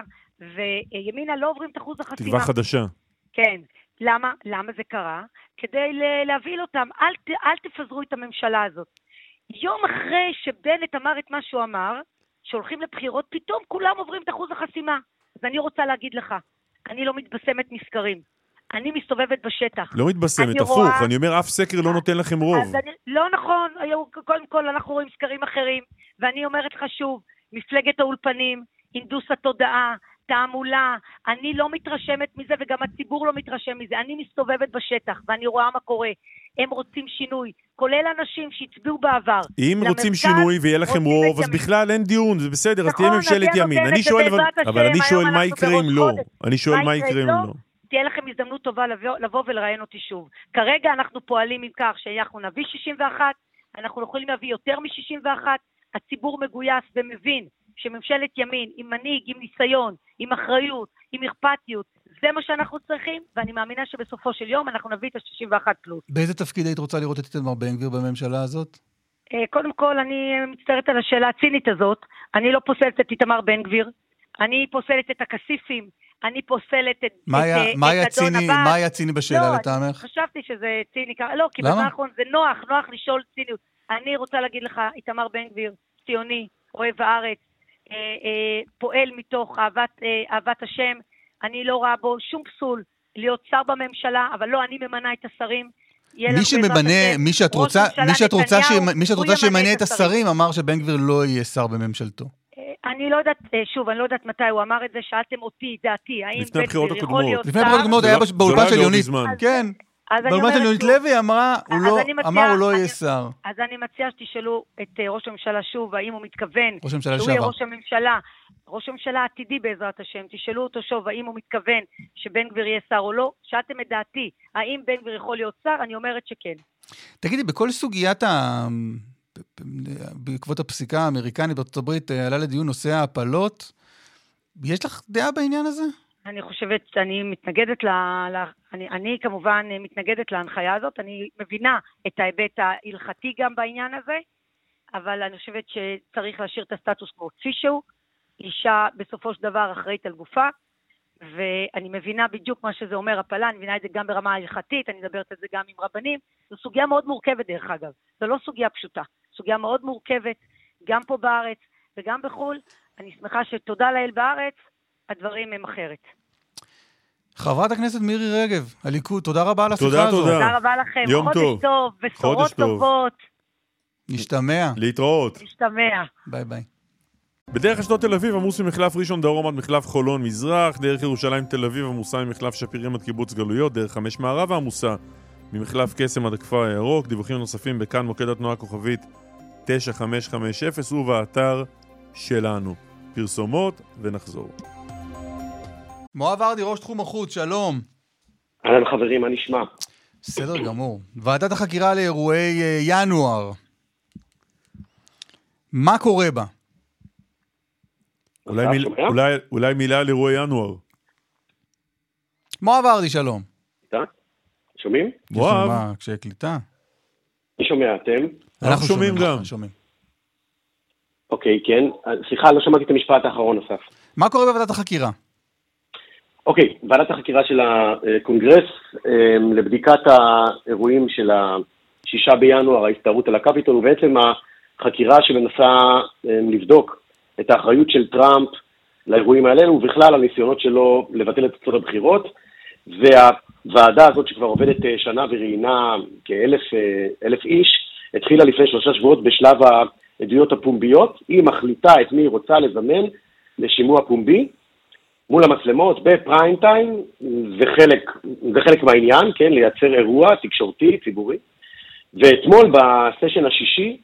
וימינה לא עוברים את אחוז החסימה. תקווה חדשה. כן. למה? למה זה קרה? כדי להביא אותם. אל, אל תפזרו את הממשלה הזאת. יום אחרי שבנט אמר את מה שהוא אמר, שהולכים לבחירות, פתאום כולם עוברים את אחוז החסימה. אז אני רוצה להגיד לך, אני לא מתבשמת מסקרים. אני מסתובבת בשטח. לא מתבשמת, הפוך. רואה... אני אומר, אף סקר לא נותן לכם רוב. אני... לא נכון. קודם כל, אנחנו רואים סקרים אחרים. ואני אומרת לך שוב, מפלגת האולפנים, אינדוס התודעה, תעמולה, אני לא מתרשמת מזה, וגם הציבור לא מתרשם מזה. אני מסתובבת בשטח, ואני רואה מה קורה. הם רוצים שינוי, כולל אנשים שהצביעו בעבר. אם רוצים שינוי ויהיה לכם רוב, אז בכלל אין דיון, זה בסדר, אז תהיה ממשלת ימין. אני שואל, אבל אני שואל מה יקרה אם לא. אני שואל מה יקרה אם לא. תהיה לכם הזדמנות טובה לבוא, לבוא ולראיין אותי שוב. כרגע אנחנו פועלים עם כך שאנחנו נביא שישים ואחת, אנחנו יכולים להביא יותר מ-שישים ואחת, הציבור מגויס ומבין שממשלת ימין, עם מנהיג, עם ניסיון, עם אחריות, עם אכפתיות, זה מה שאנחנו צריכים, ואני מאמינה שבסופו של יום אנחנו נביא את ה-שישים ואחת פלוס. באיזה תפקיד היית רוצה לראות את איתמר בן גביר בממשלה הזאת? קודם כל, אני מצטערת על השאלה הצינית הזאת, אני לא פוסלת את איתמר בן גביר, אני פוסלת את הכסיפים, אני פוסלת את אדון הבא. מה היה ציני בשאלה לטעמך? חשבתי שזה ציני, לא, כי בזמן זה נוח, נוח לשאול ציניות. אני רוצה להגיד לך, איתמר בן גביר, ציוני, אוהב הארץ, פועל מתוך אהבת, אהבת השם, אני לא רואה בו שום פסול להיות שר בממשלה, אבל לא, אני ממנה את השרים. מי שממנה, מי שאת רוצה, מי שאת רוצה, מי שאת רוצה שמנה את השרים, אמר שבן גביר לא יהיה שר בממשלתו. אני לא יודעת, שוב, אני לא יודעת מתי הוא אמר את זה, שאלתם אותי, דעתי, האם בן גביר יכול להיות שר? לפני הבחירות הקודמות היה באולפן של יונית, כן. באולפן של יונית לוי אמרה, אמר הוא לא יהיה שר. אז אני מציעה שתשאלו את ראש הממשלה שוב, האם הוא מתכוון, שהוא יהיה ראש הממשלה, ראש הממשלה העתידי בעזרת השם, תשאלו אותו שוב, האם הוא מתכוון שבן גביר יהיה שר או לא, שאלתם את דעתי, האם בן גביר יכול להיות שר, אני אומרת שכן. תגידי, בכל סוגיית ה... בעקבות הפסיקה האמריקנית בארצות הברית, עלה לדיון נושא ההפלות, יש לך דעה בעניין הזה? אני חושבת שאני מתנגדת, ל... אני, אני כמובן מתנגדת להנחיה הזאת, אני מבינה את ההיבט ההלכתי גם בעניין הזה, אבל אני חושבת שצריך להשאיר את הסטטוס כמו כפי שהוא, אישה בסופו של דבר אחראית על גופה, ואני מבינה בדיוק מה שזה אומר הפלה, אני מבינה את זה גם ברמה ההלכתית, אני מדברת על זה גם עם רבנים, זו סוגיה מאוד מורכבת דרך אגב, זו לא סוגיה פשוטה, סוגיה מאוד מורכבת, גם פה בארץ וגם בחול, אני שמחה שתודה לאל בארץ, הדברים הם אחרת. חברת הכנסת מירי רגב, הליכוד, תודה רבה על השיחה תודה, הזו. תודה. תודה רבה לכם, יום חודש טוב, טוב, בשורות טובות. נשתמע. להתראות. נשתמע. ביי ביי. בדרך אשדוד תל אביב עמוס ממחלף ראשון דרום עד מחלף חולון מזרח, דרך ירושלים תל אביב עמוסה ממחלף שפירים עד קיבוץ גלויות, דרך חמש מערב עמוסה ממחלף קסם עד הכפר הירוק. דיווחים נוספים בכאן מוקד התנועה כוכבית תשע חמש חמש אפס ובאתר שלנו. פרסומות ונחזור. מואב ורדי, ראש תחום החוץ, שלום. אהלן חברים, מה נשמע? בסדר גמור. ועדת החקירה לאירועי ינואר. מה קורה בה? אולי, מיל... אולי, אולי מילה על אירועי ינואר. מואב ורדי, שלום. איתה? שומעים? מואב. מה, כשהקליטה? מי שומע, אתם? אנחנו שומעים גם. שומעים. אוקיי, כן. סליחה, לא שמעתי את המשפט האחרון נוסף. מה קורה בוועדת החקירה? אוקיי, ועדת החקירה של הקונגרס לבדיקת האירועים של השישה בינואר, ההסתערות על הקפיטול, ובעצם החקירה שמנסה לבדוק את האחריות של טראמפ לאירועים האלה, ובכלל הניסיונות שלו לבטל את תוצאות הבחירות, והוועדה הזאת שכבר עובדת שנה וראיינה כאלף אלף איש, התחילה לפני שלושה שבועות בשלב העדויות הפומביות, היא מחליטה את מי היא רוצה לזמן לשימוע פומבי, מול המצלמות בפריים טיים, זה חלק, זה חלק מהעניין, כן, לייצר אירוע תקשורתי, ציבורי, ואתמול בסשן השישי,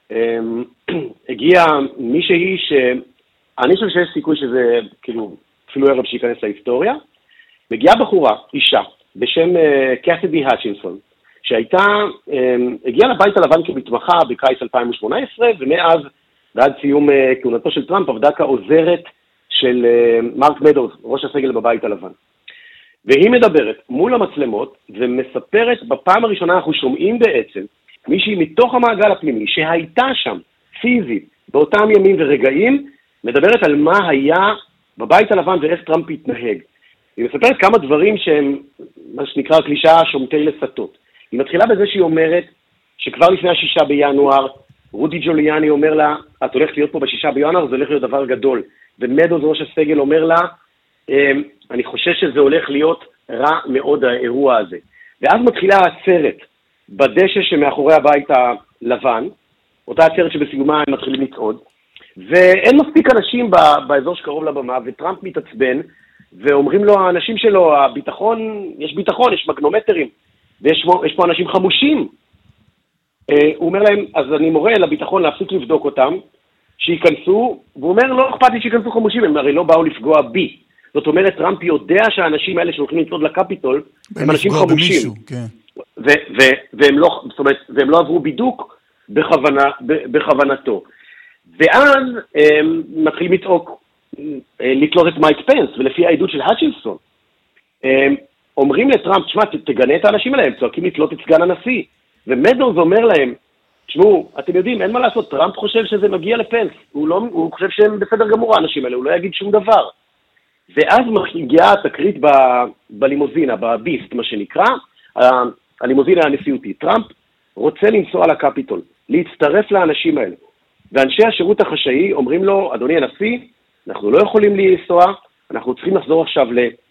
הגיע מישהי שאני חושב שיש סיכוי שזה כאילו אפילו ערב שייכנס להיסטוריה, מגיעה בחורה, אישה, בשם קאסידי האצ'ינסון, שהייתה, הגיעה לבית הלבן כמתמחה בקיץ אלפיים שמונה עשרה, ומאז ועד סיום כהונתו של טראמפ עבדה כעוזרת של מרק מדוז, ראש הסגל בבית הלבן. והיא מדברת מול המצלמות ומספרת, בפעם הראשונה אנחנו שומעים בעצם, מישהי מתוך המעגל הפנימי שהייתה שם פיזית באותם ימים ורגעים, מדברת על מה היה בבית הלבן ואיך טראמפ התנהג. היא מספרת כמה דברים שהם, מה שנקרא קלישאה, שומטי לסתות. היא מתחילה בזה שהיא אומרת שכבר לפני השישה בינואר, רודי ג'וליאני אומר לה, את הולכת להיות פה בשישה בינואר, זה הולך להיות דבר גדול. ומדוז ראש הסגל אומר לה, אני חושב שזה הולך להיות רע מאוד האירוע הזה. ואז מתחילה העצרת בדשא שמאחורי הבית הלבן, אותה עצרת שבסיומה הם מתחילים לצעוד, ואין מספיק אנשים באזור שקרוב לבמה, וטראמפ מתעצבן, ואומרים לו האנשים שלו, הביטחון, יש ביטחון, יש מגנומטרים, ויש יש פה אנשים חמושים. הוא אומר להם, אז אני מורה לביטחון להפסיק לבדוק אותם, שיכנסו, והוא אומר, לא אכפת לי שיכנסו חמושים, הם הרי לא באו לפגוע בי. זאת אומרת, טראמפ יודע שהאנשים האלה שהולכים לצעוד לקפיטול, הם אנשים חמושים. במישהו, כן. ו- ו- והם לא, זאת אומרת, והם לא עברו בידוק בכוונה, בכוונתו. ואז הם מתחילים לצעוק, לתלות את מייק פנס, ולפי העדות של האצ'ינסון, הם אומרים לטראמפ, תשמע, תגנה את האנשים האלה, הם צועקים לתלות את סגן הנשיא. ומדוז אומר להם, תשמעו, אתם יודעים, אין מה לעשות, טראמפ חושב שזה מגיע לפנס, הוא, לא, הוא חושב שהם בסדר גמור האנשים האלה, הוא לא יגיד שום דבר. ואז מגיעה התקרית ב, בלימוזינה, בביסט, מה שנקרא, הלימוזינה הנשיאותי. טראמפ רוצה לנסוע לקפיטול, להצטרף לאנשים האלה. ואנשי השירות החשאי אומרים לו, אדוני הנשיא, אנחנו לא יכולים לנסוע, אנחנו צריכים לחזור עכשיו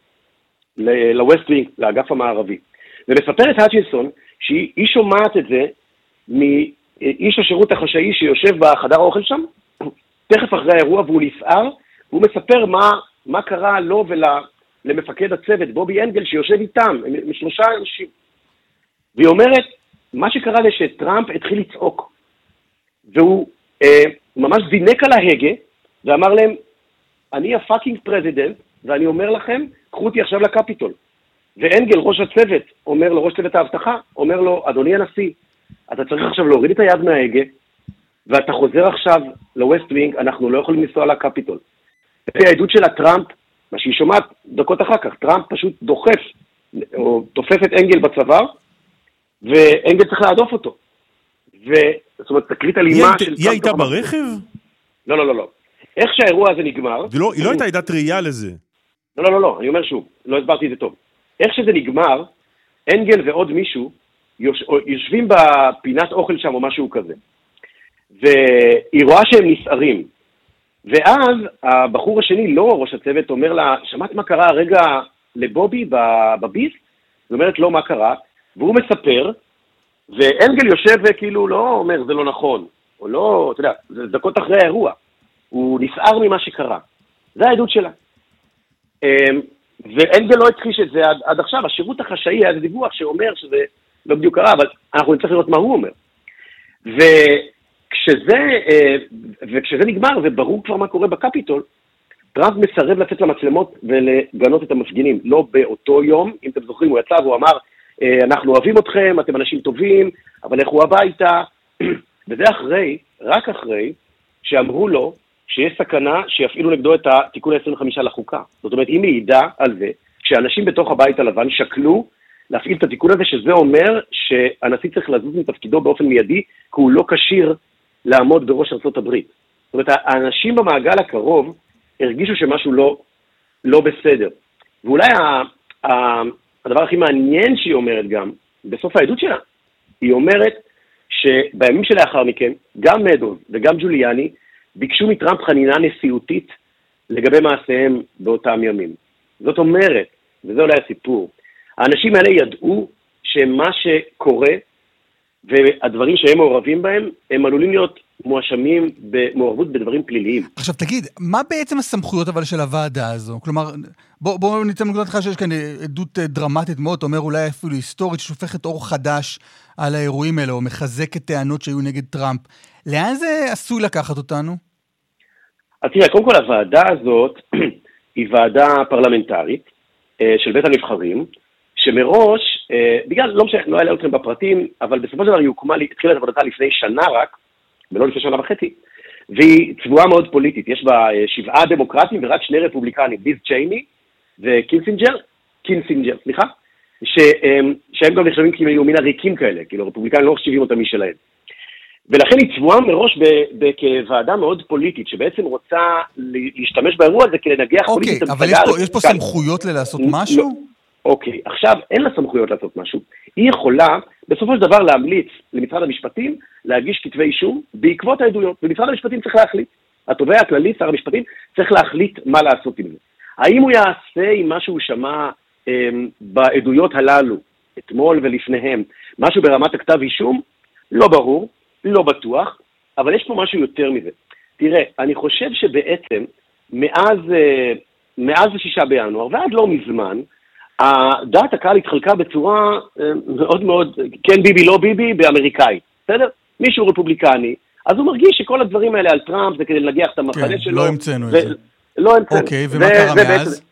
לווסט וינג, לאגף המערבי. ומספרת האצ'ינסון, שהיא שומעת את זה מאיש השירות החשאי שיושב בחדר האוכל שם, תכף אחרי האירוע, והוא נסער, והוא מספר מה, מה קרה לו ולמפקד הצוות, בובי אנגל, שיושב איתם, משלושה אנשים. והיא אומרת, מה שקרה זה שטראמפ התחיל לצעוק, והוא אה, ממש זינק על ההגה, ואמר להם, אני הפאקינג פרזידנט, ואני אומר לכם, קחו אותי עכשיו לקפיטול. ואנגל, ראש הצוות, אומר לו, ראש צוות ההבטחה, אומר לו, אדוני הנשיא, אתה צריך עכשיו להוריד את היד מההגה, ואתה חוזר עכשיו לווסט וינג, אנחנו לא יכולים לנסוע לקפיטול. לפי העדות של הטראמפ, מה שהיא שומעת דקות אחר כך, טראמפ פשוט דוחף, או תופף את אנגל בצוואר, ואנגל צריך להדוף אותו. וזאת אומרת, תקרית אלימה של... היא הייתה ברכב? לא, לא, לא, לא. איך שהאירוע הזה נגמר... היא לא הייתה עדת ראייה לזה. לא, לא, לא, לא, אני אומר שוב, לא הסברתי את זה טוב. איך שזה נגמר, אנגל ועוד מישהו יושבים בפינת אוכל שם או משהו כזה. והיא רואה שהם נסערים. ואז הבחור השני, לא ראש הצוות, אומר לה, שמעת מה קרה הרגע לבובי בביס? היא אומרת, לא, מה קרה? והוא מספר, ואנגל יושב וכאילו לא אומר, זה לא נכון. או לא, אתה יודע, זה דקות אחרי האירוע. הוא נסער ממה שקרה. זה העדות שלה. ואנגל לא התחיש את זה עד, עד עכשיו. השירות החשאי היה זה דיווח שאומר שזה לא בדיוק קרה, אבל אנחנו נצטרך לראות מה הוא אומר. וכשזה, וכשזה נגמר, זה ברור כבר מה קורה בקפיטול, טראמפ מסרב לצאת למצלמות ולגנות את המפגינים. לא באותו יום, אם אתם זוכרים, הוא יצא והוא אמר, אנחנו אוהבים אתכם, אתם אנשים טובים, אבל לכו הביתה. וזה אחרי, רק אחרי, שאמרו לו, שיש סכנה שיפעילו נגדו את התיקון ה-עשרים וחמש לחוקה. זאת אומרת, היא מעידה על זה, שאנשים בתוך הבית הלבן שקלו להפעיל את התיקון הזה, שזה אומר שהנשיא צריך לזוז מתפקידו באופן מיידי, כי הוא לא כשיר לעמוד בראש ארצות הברית. זאת אומרת, האנשים במעגל הקרוב הרגישו שמשהו לא, לא בסדר. ואולי ה, ה, הדבר הכי מעניין שהיא אומרת גם, בסוף העדות שלה, היא אומרת שבימים שלאחר מכן, גם מדוז וגם ג'וליאני, ביקשו מטראמפ חנינה נשיאותית לגבי מעשיהם באותם ימים. זאת אומרת, וזה אולי הסיפור, האנשים האלה ידעו שמה שקורה והדברים שהם מעורבים בהם, הם עלולים להיות מואשמים במעורבות בדברים פליליים. עכשיו תגיד, מה בעצם הסמכויות אבל של הוועדה הזו? כלומר, בוא, בוא ניתן נקודת לך שיש כאן עדות דרמטית מאוד, אתה אומר אולי אפילו היסטורית, ששופכת אור חדש על האירועים האלה, או מחזקת טענות שהיו נגד טראמפ. לאן זה עשוי לקחת אותנו? אז תראה, קודם כל הוועדה הזאת היא ועדה פרלמנטרית של בית הנבחרים, שמראש, בגלל, לא משנה, לא אעלה אתכם בפרטים, אבל בסופו של דבר היא הוקמה, התחילה את עבודתה לפני שנה רק, ולא לפני שנה וחצי, והיא צבועה מאוד פוליטית. יש בה שבעה דמוקרטים ורק שני רפובליקנים, ליז צ'ייני וקינסינג'ר, קינסינג'ר, סליחה, שהם, שהם גם נחשבים כאילו מן הריקים כאלה, כאילו רפובליקנים לא חשיבים אותם משלהם. ולכן היא צבועה מראש ב- ב- כוועדה מאוד פוליטית, שבעצם רוצה להשתמש באירוע הזה כדי לנגח אוקיי, פוליטית. אבל יש פה, יש פה סמכויות לעשות משהו? לא. אוקיי, עכשיו אין לה סמכויות לעשות משהו. היא יכולה בסופו של דבר להמליץ למשרד המשפטים להגיש כתבי אישום בעקבות העדויות, ומשרד המשפטים צריך להחליט. התובע הכללי, שר המשפטים, צריך להחליט מה לעשות עם זה. האם הוא יעשה עם מה שהוא שמע אמ, בעדויות הללו, אתמול ולפניהם, משהו ברמת הכתב אישום? לא ברור, לא בטוח, אבל יש פה משהו יותר מזה. תראה, אני חושב שבעצם מאז, מאז השישה בינואר ועד לא מזמן, דעת הקהל התחלקה בצורה מאוד מאוד, כן ביבי לא ביבי, באמריקאי, בסדר? מישהו רפובליקני, אז הוא מרגיש שכל הדברים האלה על טראמפ זה כדי לנגח את המחנה כן, שלו. לא המצאנו את זה. לא המצאנו. אוקיי, ומה קרה מאז?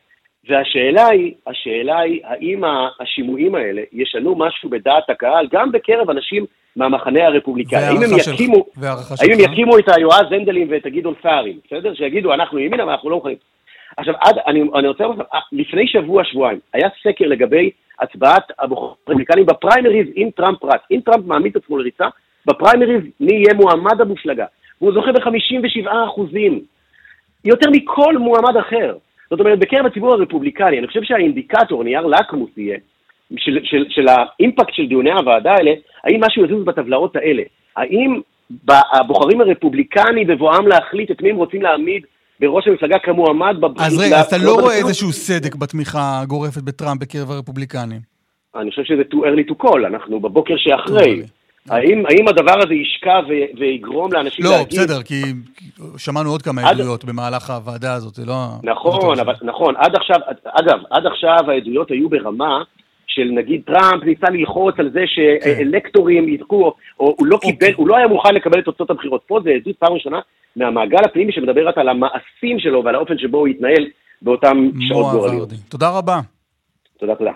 והשאלה היא, השאלה היא, האם השימועים האלה ישנו משהו בדעת הקהל, גם בקרב אנשים מהמחנה הרפובליקאי. האם הם יקימו, האם הם יקימו את היועז הנדלים ואת הגדעון סערים, בסדר? שיגידו, אנחנו ימין, אבל אנחנו לא מוכנים. עכשיו, עד, אני, אני רוצה לומר, לפני שבוע, שבועיים, היה סקר לגבי הצבעת הרפובליקנים בפריימריז עם טראמפ רץ. אם טראמפ מעמיד את עצמו לריצה, בפריימריז מי יהיה מועמד המפלגה. והוא זוכה ב-חמישים ושבעה אחוזים. יותר מכל מועמד אחר. זאת אומרת, בקרב הציבור הרפובליקני, אני חושב שהאינדיקטור, נייר לקמוס יהיה, של, של, של האימפקט של דיוני הוועדה האלה, האם משהו יזוז בטבלאות האלה? האם הבוחרים הרפובליקני בבואם להחליט את מי הם רוצים להעמיד בראש המפלגה כמועמד? אז רגע, אז אתה לא רואה איזשהו סדק בתמיכה גורפת בטראמפ בקרב הרפובליקנים? אני חושב שזה too early to call, אנחנו בבוקר שאחרי. האם, האם הדבר הזה ישקע ו- ויגרום לאנשים לא, להגיד... לא, בסדר, כי שמענו עוד כמה עד... עדויות במהלך הוועדה הזאת, זה לא... נכון, אבל, נכון, עד עכשיו, אגב, עד עכשיו העדויות היו ברמה של נגיד טראמפ ניסה ללחוץ על זה שאלקטורים יזכו, או הוא לא קיבל, הוא לא היה מוכן לקבל את תוצאות הבחירות. פה זה עדות פעם ראשונה מהמעגל הפנימי שמדברת על המעשים שלו ועל האופן שבו הוא יתנהל באותם שעות גורליות. תודה רבה. תודה, תודה.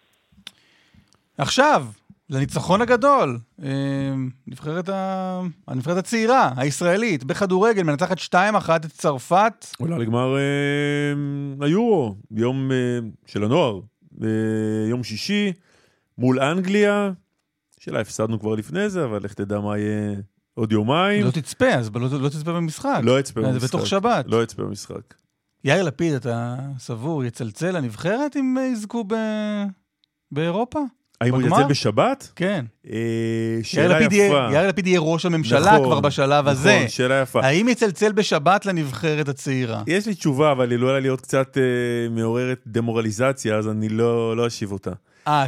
עכשיו, לניצחון הגדול, נבחרת ה... הנבחרת הצעירה, הישראלית, בכדורגל, מנצחת שתיים אחת את צרפת. עולה לגמר היורו, יום של הנוער, יום שישי, מול אנגליה, שאלה, הפסדנו כבר לפני זה, אבל איך תדע מה יהיה עוד יומיים. לא תצפה, אז לא תצפה במשחק. לא תצפה במשחק. זה בתוך שבת. לא תצפה במשחק. יאיר לפיד, אתה סבור, יצלצל לנבחרת אם יזכו באירופה? האם הוא יצא בשבת? כן. שאלה יפה. יאיר לפיד יהיה ראש הממשלה כבר בשלב הזה. נכון, שאלה יפה. האם יצלצל בשבת לנבחרת הצעירה? יש לי תשובה, אבל היא לא עלה להיות קצת מעוררת דמורליזציה, אז אני לא אשיב אותה. אה,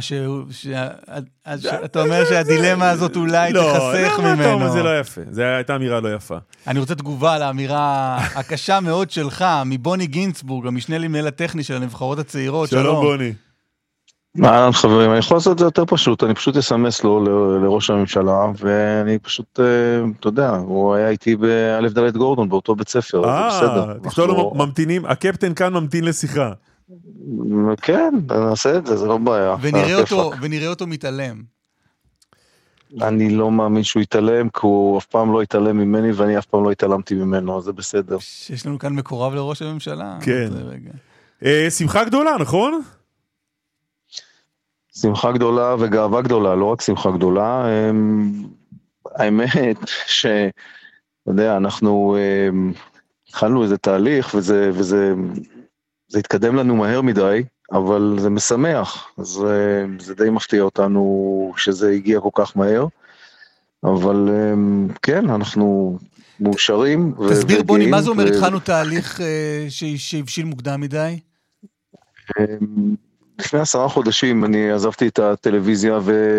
אתה אומר שהדילמה הזאת אולי תחסך ממנו. לא, זה לא יפה. זו הייתה אמירה לא יפה. אני רוצה תגובה לאמירה הקשה מאוד שלך, מבוני גינצבורג, המשנה למנהל הטכני של הנבחרות הצעירות. שלום בוני. מה, חברים, אני יכול לעשות את זה יותר פשוט, אני פשוט אסמס לו לראש הממשלה, ואני פשוט, אתה יודע, הוא היה איתי באלף דלת גורדון, באותו בית ספר, זה בסדר. תכתוב לו ממתינים, הקפטן כאן ממתין לשיחה. כן, נעשה את זה, זה לא בעיה. ונראה אותו מתעלם. אני לא מאמין שהוא יתעלם, כי הוא אף פעם לא יתעלם ממני, ואני אף פעם לא התעלמתי ממנו, זה בסדר. יש לנו כאן מקורב לראש הממשלה. כן. שמחה גדולה, נכון? שמחה גדולה וגאווה גדולה, לא רק שמחה גדולה. האמת ש, אתה יודע, אנחנו התחלנו איזה תהליך, וזה, וזה, זה התקדם לנו מהר מדי, אבל זה משמח, אז זה די מפתיע אותנו שזה הגיע כל כך מהר. אבל כן, אנחנו מאושרים. תסביר בוני, מה זה אומר התחלנו תהליך שהבשיל מוקדם מדי? לפני עשרה חודשים אני עזבתי את הטלוויזיה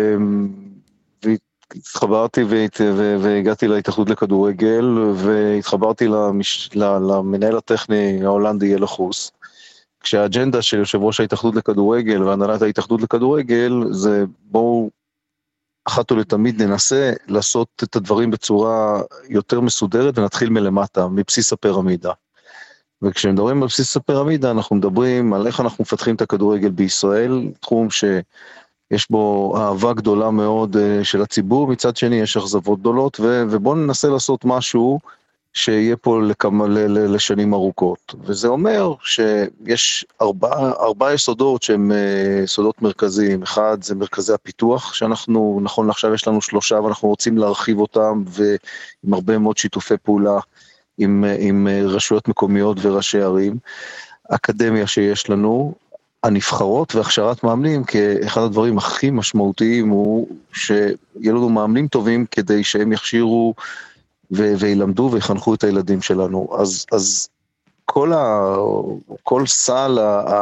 והתחברתי והגעתי להתאחדות לכדורגל, והתחברתי למנהל הטכני ההולנדי אלה חוס. כשהאג'נדה של יושב ראש ההתאחדות לכדורגל והנהלת ההתאחדות לכדורגל זה בואו אחת ולתמיד ננסה לעשות את הדברים בצורה יותר מסודרת ונתחיל מלמטה, מבסיס הפירמידה. וכשמדברים על בסיס הפירמידה אנחנו מדברים על איך אנחנו מפתחים את הכדורגל בישראל, תחום שיש בו אהבה גדולה מאוד של הציבור, מצד שני יש אכזבות גדולות, ובואו ננסה לעשות משהו שיהיה פה לכמה, לשנים ארוכות. וזה אומר שיש ארבעה, ארבעה יסודות שהם יסודות מרכזיים. אחד זה מרכזי הפיתוח, שאנחנו, נכון לעכשיו יש לנו שלושה, ואנחנו רוצים להרחיב אותם, ועם הרבה מאוד שיתופי פעולה עם, עם רשויות מקומיות וראשי ערים. אקדמיה שיש לנו, הנבחרות והכשרת מאמנים, כאחד הדברים הכי משמעותיים הוא שיהיה לנו מאמנים טובים כדי שהם יכשירו וילמדו ויחנכו את הילדים שלנו. אז, אז כל, ה, כל סל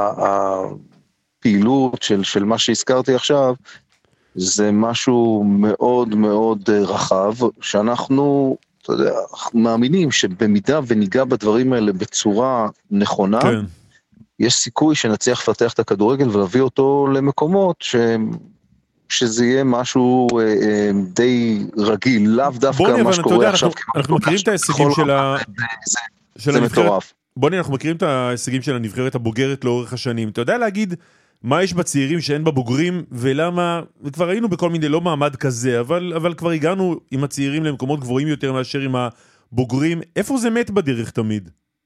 הפעילות של, של מה שהזכרתי עכשיו, זה משהו מאוד מאוד רחב, שאנחנו, אתה יודע, מאמינים שבמידה וניגע בדברים האלה בצורה נכונה, כן. יש סיכוי שנצליח לפתח את הכדורגל ולהביא אותו למקומות שהם, שזה יהיה משהו אה, אה, די רגיל, לאו דווקא בוני, מה שקורה יודע, עכשיו. אנחנו, אנחנו מכירים את ההישגים של, ה... זה, של זה הנבחרת. מטורף. בוני, אנחנו מכירים את ההישגים של הנבחרת הבוגרת לאורך השנים. אתה יודע להגיד מה יש בצעירים שאין בבוגרים, ולמה, וכבר היינו בכל מיני לא מעמד כזה, אבל, אבל כבר הגענו עם הצעירים למקומות גבוהים יותר מאשר עם הבוגרים. איפה זה מת בדרך תמיד?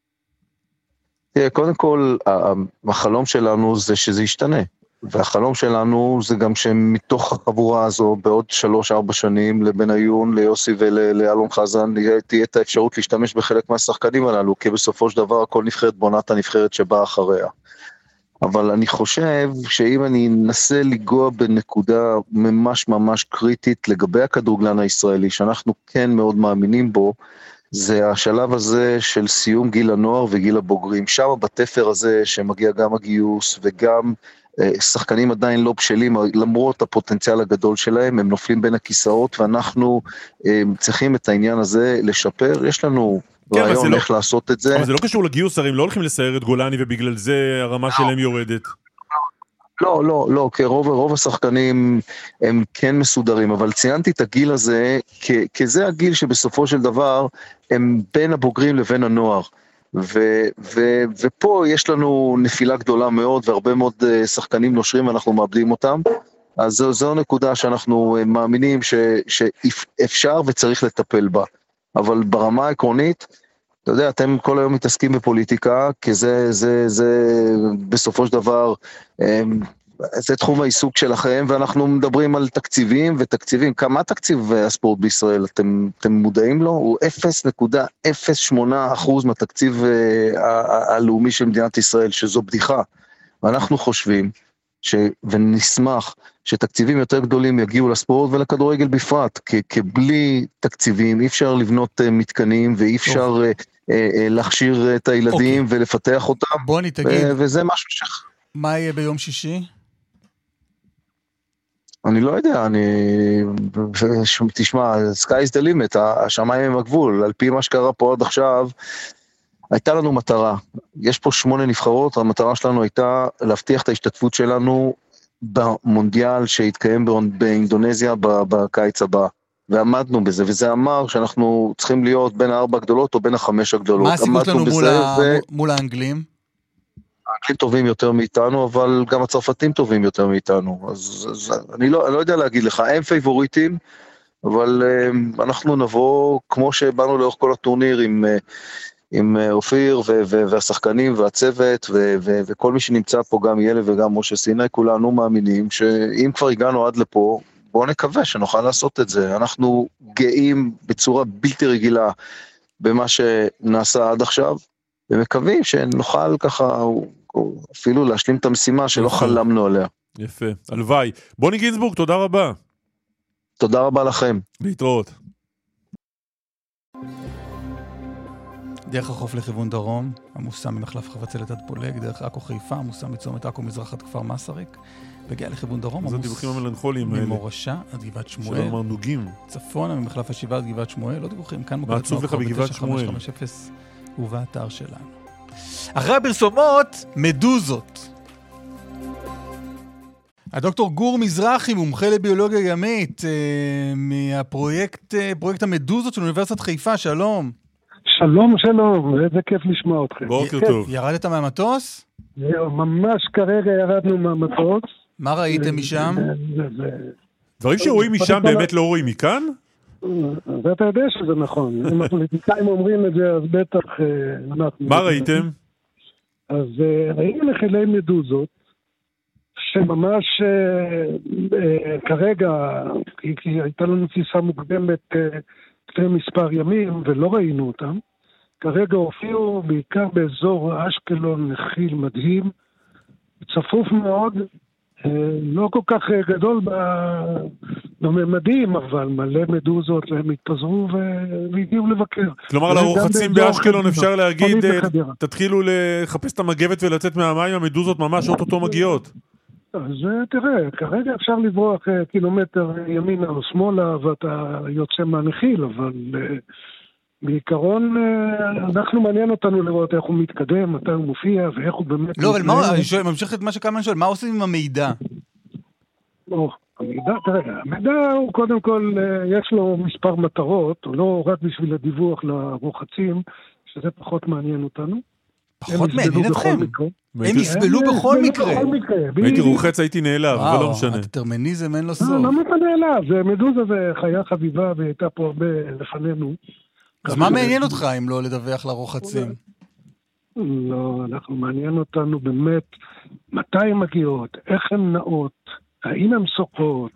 קודם כל, החלום שלנו זה שזה ישתנה. והחלום שלנו זה גם שמתוך החבורה הזו בעוד שלוש ארבע שנים לבן עיון, ליוסי ולאלון חזן תהיה את האפשרות להשתמש בחלק מהשחקנים הללו, כי בסופו של דבר הכל נבחרת בונת הנבחרת שבאה אחריה. אבל אני חושב שאם אני אנסה לגוע בנקודה ממש ממש קריטית לגבי הכדורגלן הישראלי, שאנחנו כן מאוד מאמינים בו, זה השלב הזה של סיום גיל הנוער וגיל הבוגרים. שם בתפר הזה שמגיע גם הגיוס וגם שחקנים עדיין לא בשלים, למרות הפוטנציאל הגדול שלהם, הם נופלים בין הכיסאות, ואנחנו צריכים את העניין הזה לשפר. יש לנו כן, רעיון איך לא, לעשות את זה. אבל זה לא קשור לגיוס, הרי הם לא הולכים לסייר את גולני, ובגלל זה הרמה לא. שלהם יורדת. לא, לא, לא, כי רוב, רוב השחקנים הם כן מסודרים, אבל ציינתי את הגיל הזה, כי, כי זה הגיל שבסופו של דבר הם בין הבוגרים לבין הנוער. ו, ו, ופה יש לנו נפילה גדולה מאוד, והרבה מאוד שחקנים נושרים ואנחנו מאבדים אותם, אז זו, זו נקודה שאנחנו מאמינים ש, שאפשר וצריך לטפל בה, אבל ברמה העקרונית, אתה יודע, אתם כל היום מתעסקים בפוליטיקה, כי זה, זה, זה בסופו של דבר, זה תחום העיסוק שלכם, ואנחנו מדברים על תקציבים ותקציבים. כמה תקציב הספורט בישראל אתם, אתם מודעים לו? הוא אפס נקודה אפס שמונה אחוז מהתקציב הלאומי של מדינת ישראל, שזו בדיחה. ואנחנו חושבים, ש... ונשמח שתקציבים יותר גדולים יגיעו לספורט ולכדורגל בפרט, כי, כי בלי תקציבים אי אפשר לבנות מתקנים, ואי אפשר להכשיר את הילדים אוקיי. ולפתח אותם. בוא נתגיד. וזה משהו ש... מה יהיה ביום שישי? אני לא יודע, אני... תשמע, sky is the limit, השמיים הם הגבול, על פי מה שקרה פה עד עכשיו, הייתה לנו מטרה, יש פה שמונה נבחרות, המטרה שלנו הייתה להבטיח את ההשתתפות שלנו במונדיאל שהתקיים באינדונזיה בקיץ הבא, ועמדנו בזה, וזה אמר שאנחנו צריכים להיות בין הארבע הגדולות או בין החמש הגדולות. מה הסיכוי שלנו מול, ה... ו... מול האנגלים? האנגלים טובים יותר מאיתנו, אבל גם הצרפתים טובים יותר מאיתנו, אז, אז אני, לא, אני לא יודע להגיד לך, הם פייבוריטים, אבל um, אנחנו נבוא, כמו שבאנו לאורך כל הטורניר, עם... עם אופיר ו- ו- והשחקנים והצוות ו- ו- וכל מי שנמצא פה, גם ילד וגם משה סיני, כולנו מאמינים שאם כבר הגענו עד לפה, בואו נקווה שנוכל לעשות את זה. אנחנו גאים בצורה בלתי רגילה במה שנעשה עד עכשיו, ומקווים שנוכל ככה אפילו להשלים את המשימה שלא חלמנו עליה. יפה, הלוואי. בוני גינזבורג, תודה רבה. תודה רבה לכם. להתראות. דרך החוף לכיוון דרום, עמוסה ממחלף חבצלת עד פולג, דרך עכו חיפה, עמוסה מצומת עכו מזרח עד כפר מסריק, והגיע לכיוון דרום, זה דיווחים המלנכוליים האלה. ממורשה עד גבעת שמואל. שלא אמר נוגים. צפונה ממחלף השבעה עד גבעת שמואל, לא דיווחים, כאן מה עצוב לך בגבעת שמואל? חמש אפס ובאתר שלנו. אחרי הפרסומות, מדוזות. הדוקטור גור מזרחי, מומחה לביולוגיה ימית, מהפרויקט, פרויקט המדוזות של אוניברסיטת חיפה, שלום. שלום, שלום, איזה כיף לשמוע אתכם. בוקר טוב. ירדת מהמטוס? ממש כרגע ירדנו מהמטוס. מה ראיתם משם? דברים שרואים משם באמת לא רואים מכאן? ואתה יודע שזה נכון. אם הפוליטיקאים אומרים את זה, אז בטח... מה ראיתם? אז ראינו נחילי מדוזות, שממש כרגע, כי הייתה לנו טיסה מוקדמת לפני מספר ימים, ולא ראינו אותם. כרגע הופיעו בעיקר באזור אשקלון נחיל מדהים, צפוף מאוד, לא כל כך גדול בממדים, אבל מלא מדוזות, והם התפזרו והגיעו לבקר. כלומר, על הרוחצים באשקלון אפשר להגיד, תתחילו לחפש את המגבת ולצאת מהמים, המדוזות ממש אוטוטו מגיעות. אז תראה, כרגע אפשר לברוח קילומטר ימינה או שמאלה, ואתה יוצא מהנחיל, אבל בעיקרון אנחנו מעניין אותנו לראות איך הוא מתקדם, מתי הוא מופיע, ואיך הוא באמת... לא, אבל מה, אני שואל, ממשיך את מה שקלמן שואל, מה עושים עם המידע? או, המידע, תראה, המידע הוא קודם כל, יש לו מספר מטרות, הוא לא רק בשביל הדיווח לרוחצים, שזה פחות מעניין אותנו. פחות מעניין אתכם? הם יסבלו בכל מקרה. הייתי רוחץ, הייתי נעלב, אבל לא משנה. הדטרמיניזם אין לו סוף. לא מה נעלב, מדוזה זה חיה חביבה, והייתה פה הרבה לפנינו. אז מה מעניין אותך אם לא לדווח לרוחצים? לא, אנחנו מעניין אותנו באמת מתי הן מגיעות, איך הן נעות, האם הן סוקות,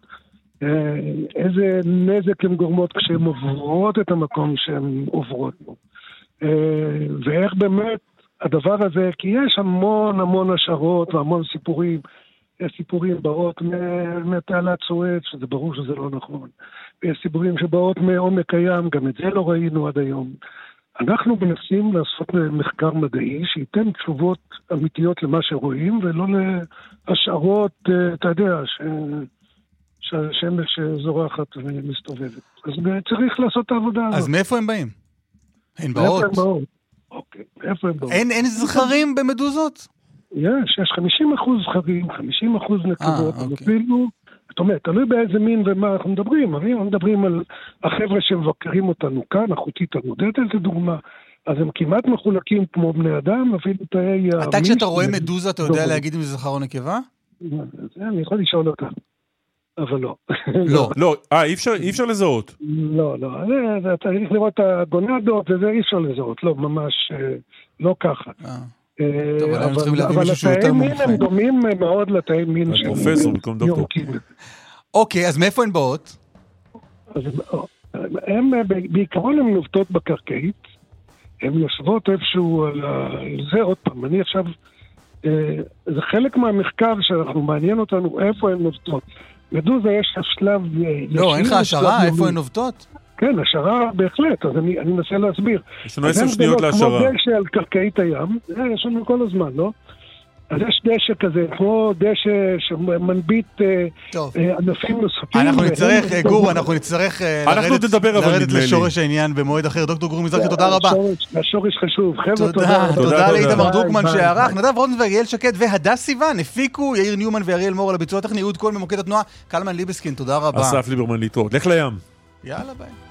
איזה נזק הן גורמות כשהן עוברות את המקום שהן עוברות בו. ואיך באמת הדבר הזה, כי יש המון המון השערות והמון סיפורים, יש סיפורים באות מתעלת סואץ, שזה ברור שזה לא נכון. ויש סיפורים שבאות מעומק הים, גם את זה לא ראינו עד היום. אנחנו מנסים לעשות מחקר מדעי שייתן תשובות אמיתיות למה שרואים, ולא להשערות, אתה יודע, ש... שהשמש זורחת ומסתובבת. אז צריך לעשות את העבודה הזאת. אז מאיפה הם באים? הן באות? מאיפה הם באות? אוקיי, איפה הם באות? אין, אין זכרים במדוזות? יש, יש חמישים אחוז זכרים, חמישים אחוז נקבות, אפילו, זאת אומרת, תלוי באיזה מין ומה אנחנו מדברים, אנחנו מדברים על החבר'ה שמבקרים אותנו כאן, אחותית המודדת לדוגמה, אז הם כמעט מחולקים כמו בני אדם, אפילו תאי... אתה כשאתה רואה מדוזה, אתה יודע להגיד אם זה זכר או נקבה? אני יכול לשאול אותה, אבל לא. לא, לא, אה, אי אפשר לזהות? לא, לא, אתה צריך לראות את הגונדות, וזה אי אפשר לזהות, לא, ממש לא ככה. טוב, אבל צריכים להביא מישהו שהוא יותר מומחה. הם דומים מאוד לתאי מין של... פרופסור, במקום דוקטור. אוקיי, אז מאיפה הן באות? הם, בעיקרון הן נובטות בקרקעית, הן יושבות איפשהו על זה, עוד פעם, אני עכשיו, זה חלק מהמחקר שאנחנו מעניין אותנו, איפה הן נובטות. מדוזה יש שלב... לא, אין לך השערה, איפה הן נובטות? כן, השערה בהחלט, אז אני, אני מנסה להסביר. יש לנו עשר שניות להשערה. כמו דשא על קרקעית הים, יש לנו כל הזמן, לא? אז יש דשא כזה, כמו דשא שמנביט ענפים נוספים. אנחנו נצטרך, גור, אנחנו נצטרך לרדת לשורש העניין במועד אחר. דוקטור גור מזרחי, תודה רבה. השורש חשוב, חבר'ה, תודה. תודה לאיתמר דרוקמן שערך, נדב רוזנברג, אריאל שקד והדס סיוון, הפיקו יאיר ניומן ואריאל מור על הביצוע הטכני, אהוד קול ממוקד התנועה, קלמן ליבסקין, תודה רבה. אסף ליברמן להתראות, לך לים. יאללה ביי.